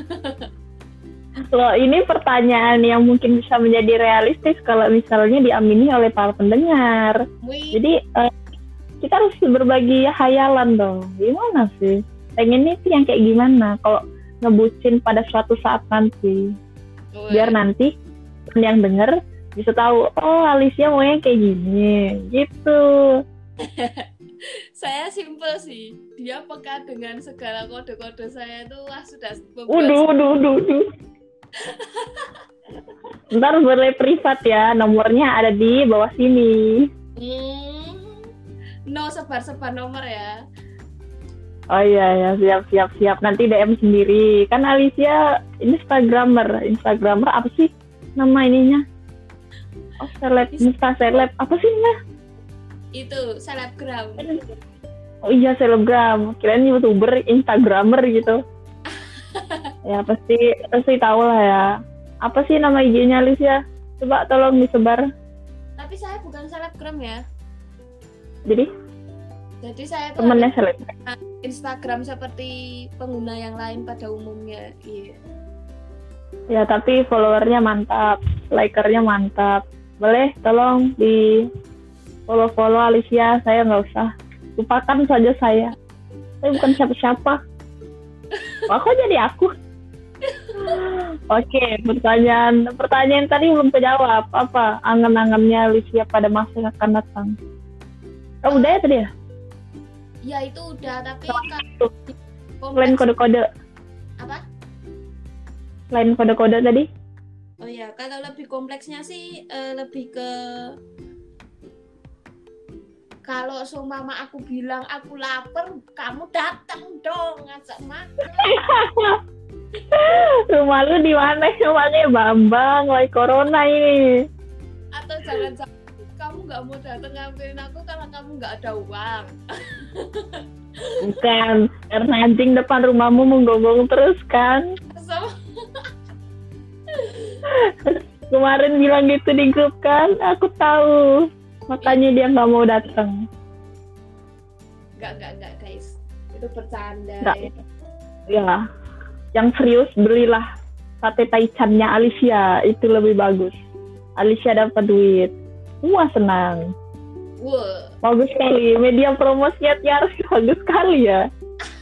Speaker 2: Loh, ini pertanyaan yang mungkin bisa menjadi realistis kalau misalnya diamini oleh para pendengar.
Speaker 1: Wih.
Speaker 2: Jadi uh, kita harus berbagi hayalan dong. Gimana sih? Pengen itu yang kayak gimana kalau ngebucin pada suatu saat nanti.
Speaker 1: Wih.
Speaker 2: Biar nanti yang denger bisa tahu, oh Alicia maunya kayak gini. Gitu.
Speaker 1: Saya simpel sih. Dia peka dengan segala kode-kode saya itu wah sudah membuat
Speaker 2: Uduh, uduh, uduh, uduh. Ntar boleh privat ya. Nomornya ada di bawah sini.
Speaker 1: Hmm, no sebar-sebar nomor ya.
Speaker 2: Oh iya ya, siap siap siap. Nanti D M sendiri. Kan Alicia Instagramer, Instagramer apa sih nama ininya? Oh, seleb, Insta seleb. Apa sih nah?
Speaker 1: Itu selebgram.
Speaker 2: Oh iya, selebgram. Kirain YouTuber, Instagramer gitu. Ya pasti pasti tahu lah ya. Apa sih nama I G-nya Alicia? Coba tolong disebar.
Speaker 1: Tapi saya bukan selebgram ya.
Speaker 2: Jadi
Speaker 1: Jadi saya tuh
Speaker 2: temennya
Speaker 1: ada
Speaker 2: seleb.
Speaker 1: Instagram seperti pengguna yang lain pada umumnya. Iya.
Speaker 2: Ya tapi followernya mantap, likernya mantap. Boleh tolong di follow-follow Alicia, saya nggak usah. Lupakan saja saya. Saya bukan siapa-siapa. Oh, kok jadi aku? Oke, pertanyaan pertanyaan tadi belum kejawab. Apa angan-angannya Alicia pada masa yang akan datang? Oh, udah ya tadi ya?
Speaker 1: Ya itu udah, tapi
Speaker 2: Tuh, Selain
Speaker 1: kompleks
Speaker 2: kode-kode,
Speaker 1: apa?
Speaker 2: selain kode-kode tadi?
Speaker 1: Oh ya, kalau lebih kompleksnya sih eh, lebih ke kalau seumpama aku bilang aku lapar, kamu datang dong ngajak makan.
Speaker 2: Rumah lu di mana? Rumahnya Bambang, lagi corona ini.
Speaker 1: Atau jangan-jangan kamu nggak mau datang ngambilin aku karena kamu nggak ada uang.
Speaker 2: Bukan, karena anjing depan rumahmu menggonggong terus kan.
Speaker 1: So,
Speaker 2: Kemarin bilang gitu di grup kan, aku tahu. Makanya dia nggak mau datang.
Speaker 1: nggak nggak nggak guys, itu bercanda.
Speaker 2: Nggak.
Speaker 1: Ya.
Speaker 2: Ya, yang serius belilah sate taichannya Alicia, itu lebih bagus. Alicia dapat duit, semua senang.
Speaker 1: Wah,
Speaker 2: Bagus sekali, media promosinya Tiara bagus sekali ya.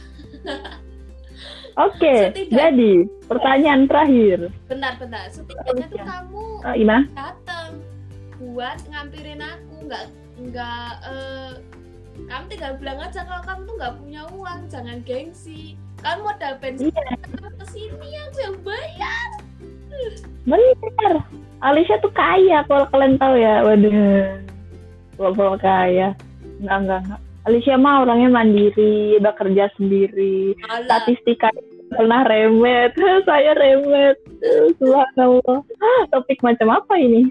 Speaker 2: Oke,
Speaker 1: Setidak-
Speaker 2: jadi pertanyaan terakhir.
Speaker 1: bentar-bentar. Setidaknya tuh kamu
Speaker 2: Oh, gimana?
Speaker 1: datang buat ngampirin aku, nggak nggak eh, kamu tinggal bilang aja kalau kamu tuh nggak punya uang, jangan gengsi. Kamu modal bensin
Speaker 2: Iya.
Speaker 1: ke sini aku yang bayar.
Speaker 2: Bener, Alicia tuh kaya kalau kalian tahu ya. Waduh, global kaya. Enggak, enggak, enggak. Alicia mah orangnya mandiri, udah kerja sendiri.
Speaker 1: Alah,
Speaker 2: Statistika pernah remet, saya remet. Subhanallah. Topik macam apa ini?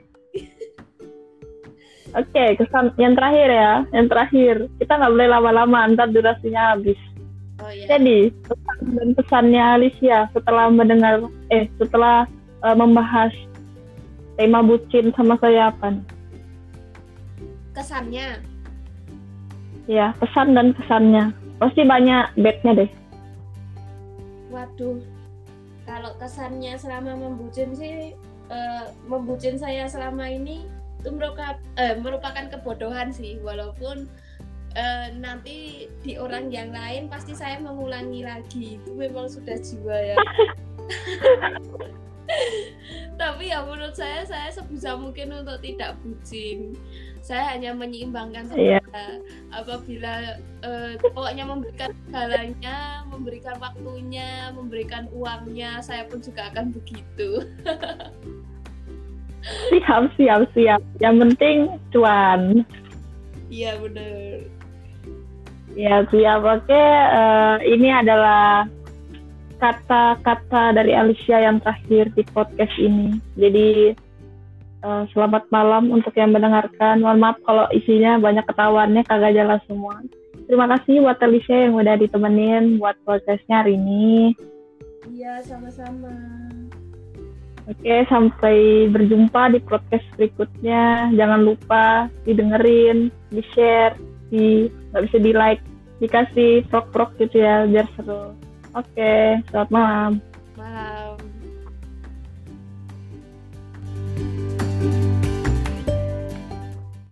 Speaker 2: Oke, kesan yang terakhir ya, yang terakhir. Kita nggak boleh lama-lama, ntar durasinya habis.
Speaker 1: oh ya.
Speaker 2: Jadi, pesan dan pesannya Alicia setelah mendengar, eh setelah uh, membahas tema bucin sama saya apa nih?
Speaker 1: Kesannya,
Speaker 2: Ya, pesan dan kesannya. Pasti banyak bad-nya deh.
Speaker 1: waduh, kalau kesannya selama membucin sih, eh, membucin saya selama ini itu merupakan, eh, merupakan kebodohan sih, walaupun eh, nanti di orang yang lain pasti saya mengulangi lagi, itu memang sudah jiwa ya. Tapi Tapi ya menurut saya saya sebisa mungkin untuk tidak bucin. Saya hanya menyeimbangkan saja. Yeah. Apabila uh, pokoknya memberikan segalanya, memberikan waktunya, memberikan uangnya, saya pun juga akan begitu.
Speaker 2: Siap, siap, siap. Yang penting cuan.
Speaker 1: Iya benar.
Speaker 2: Ya siap. Oke, uh, ini adalah kata-kata dari Alicia yang terakhir di podcast ini. Jadi uh, selamat malam untuk yang mendengarkan. Mohon maaf kalau isinya banyak ketahuannya kagak jelas semua. Terima kasih buat Alicia yang udah ditemenin buat podcastnya hari ini.
Speaker 1: Iya, sama-sama.
Speaker 2: Oke, sampai berjumpa di podcast berikutnya. Jangan lupa didengerin, di-share, di nggak bisa di-like, dikasih prok-prok gitu ya biar seru. Oke, selamat malam.
Speaker 1: Malam.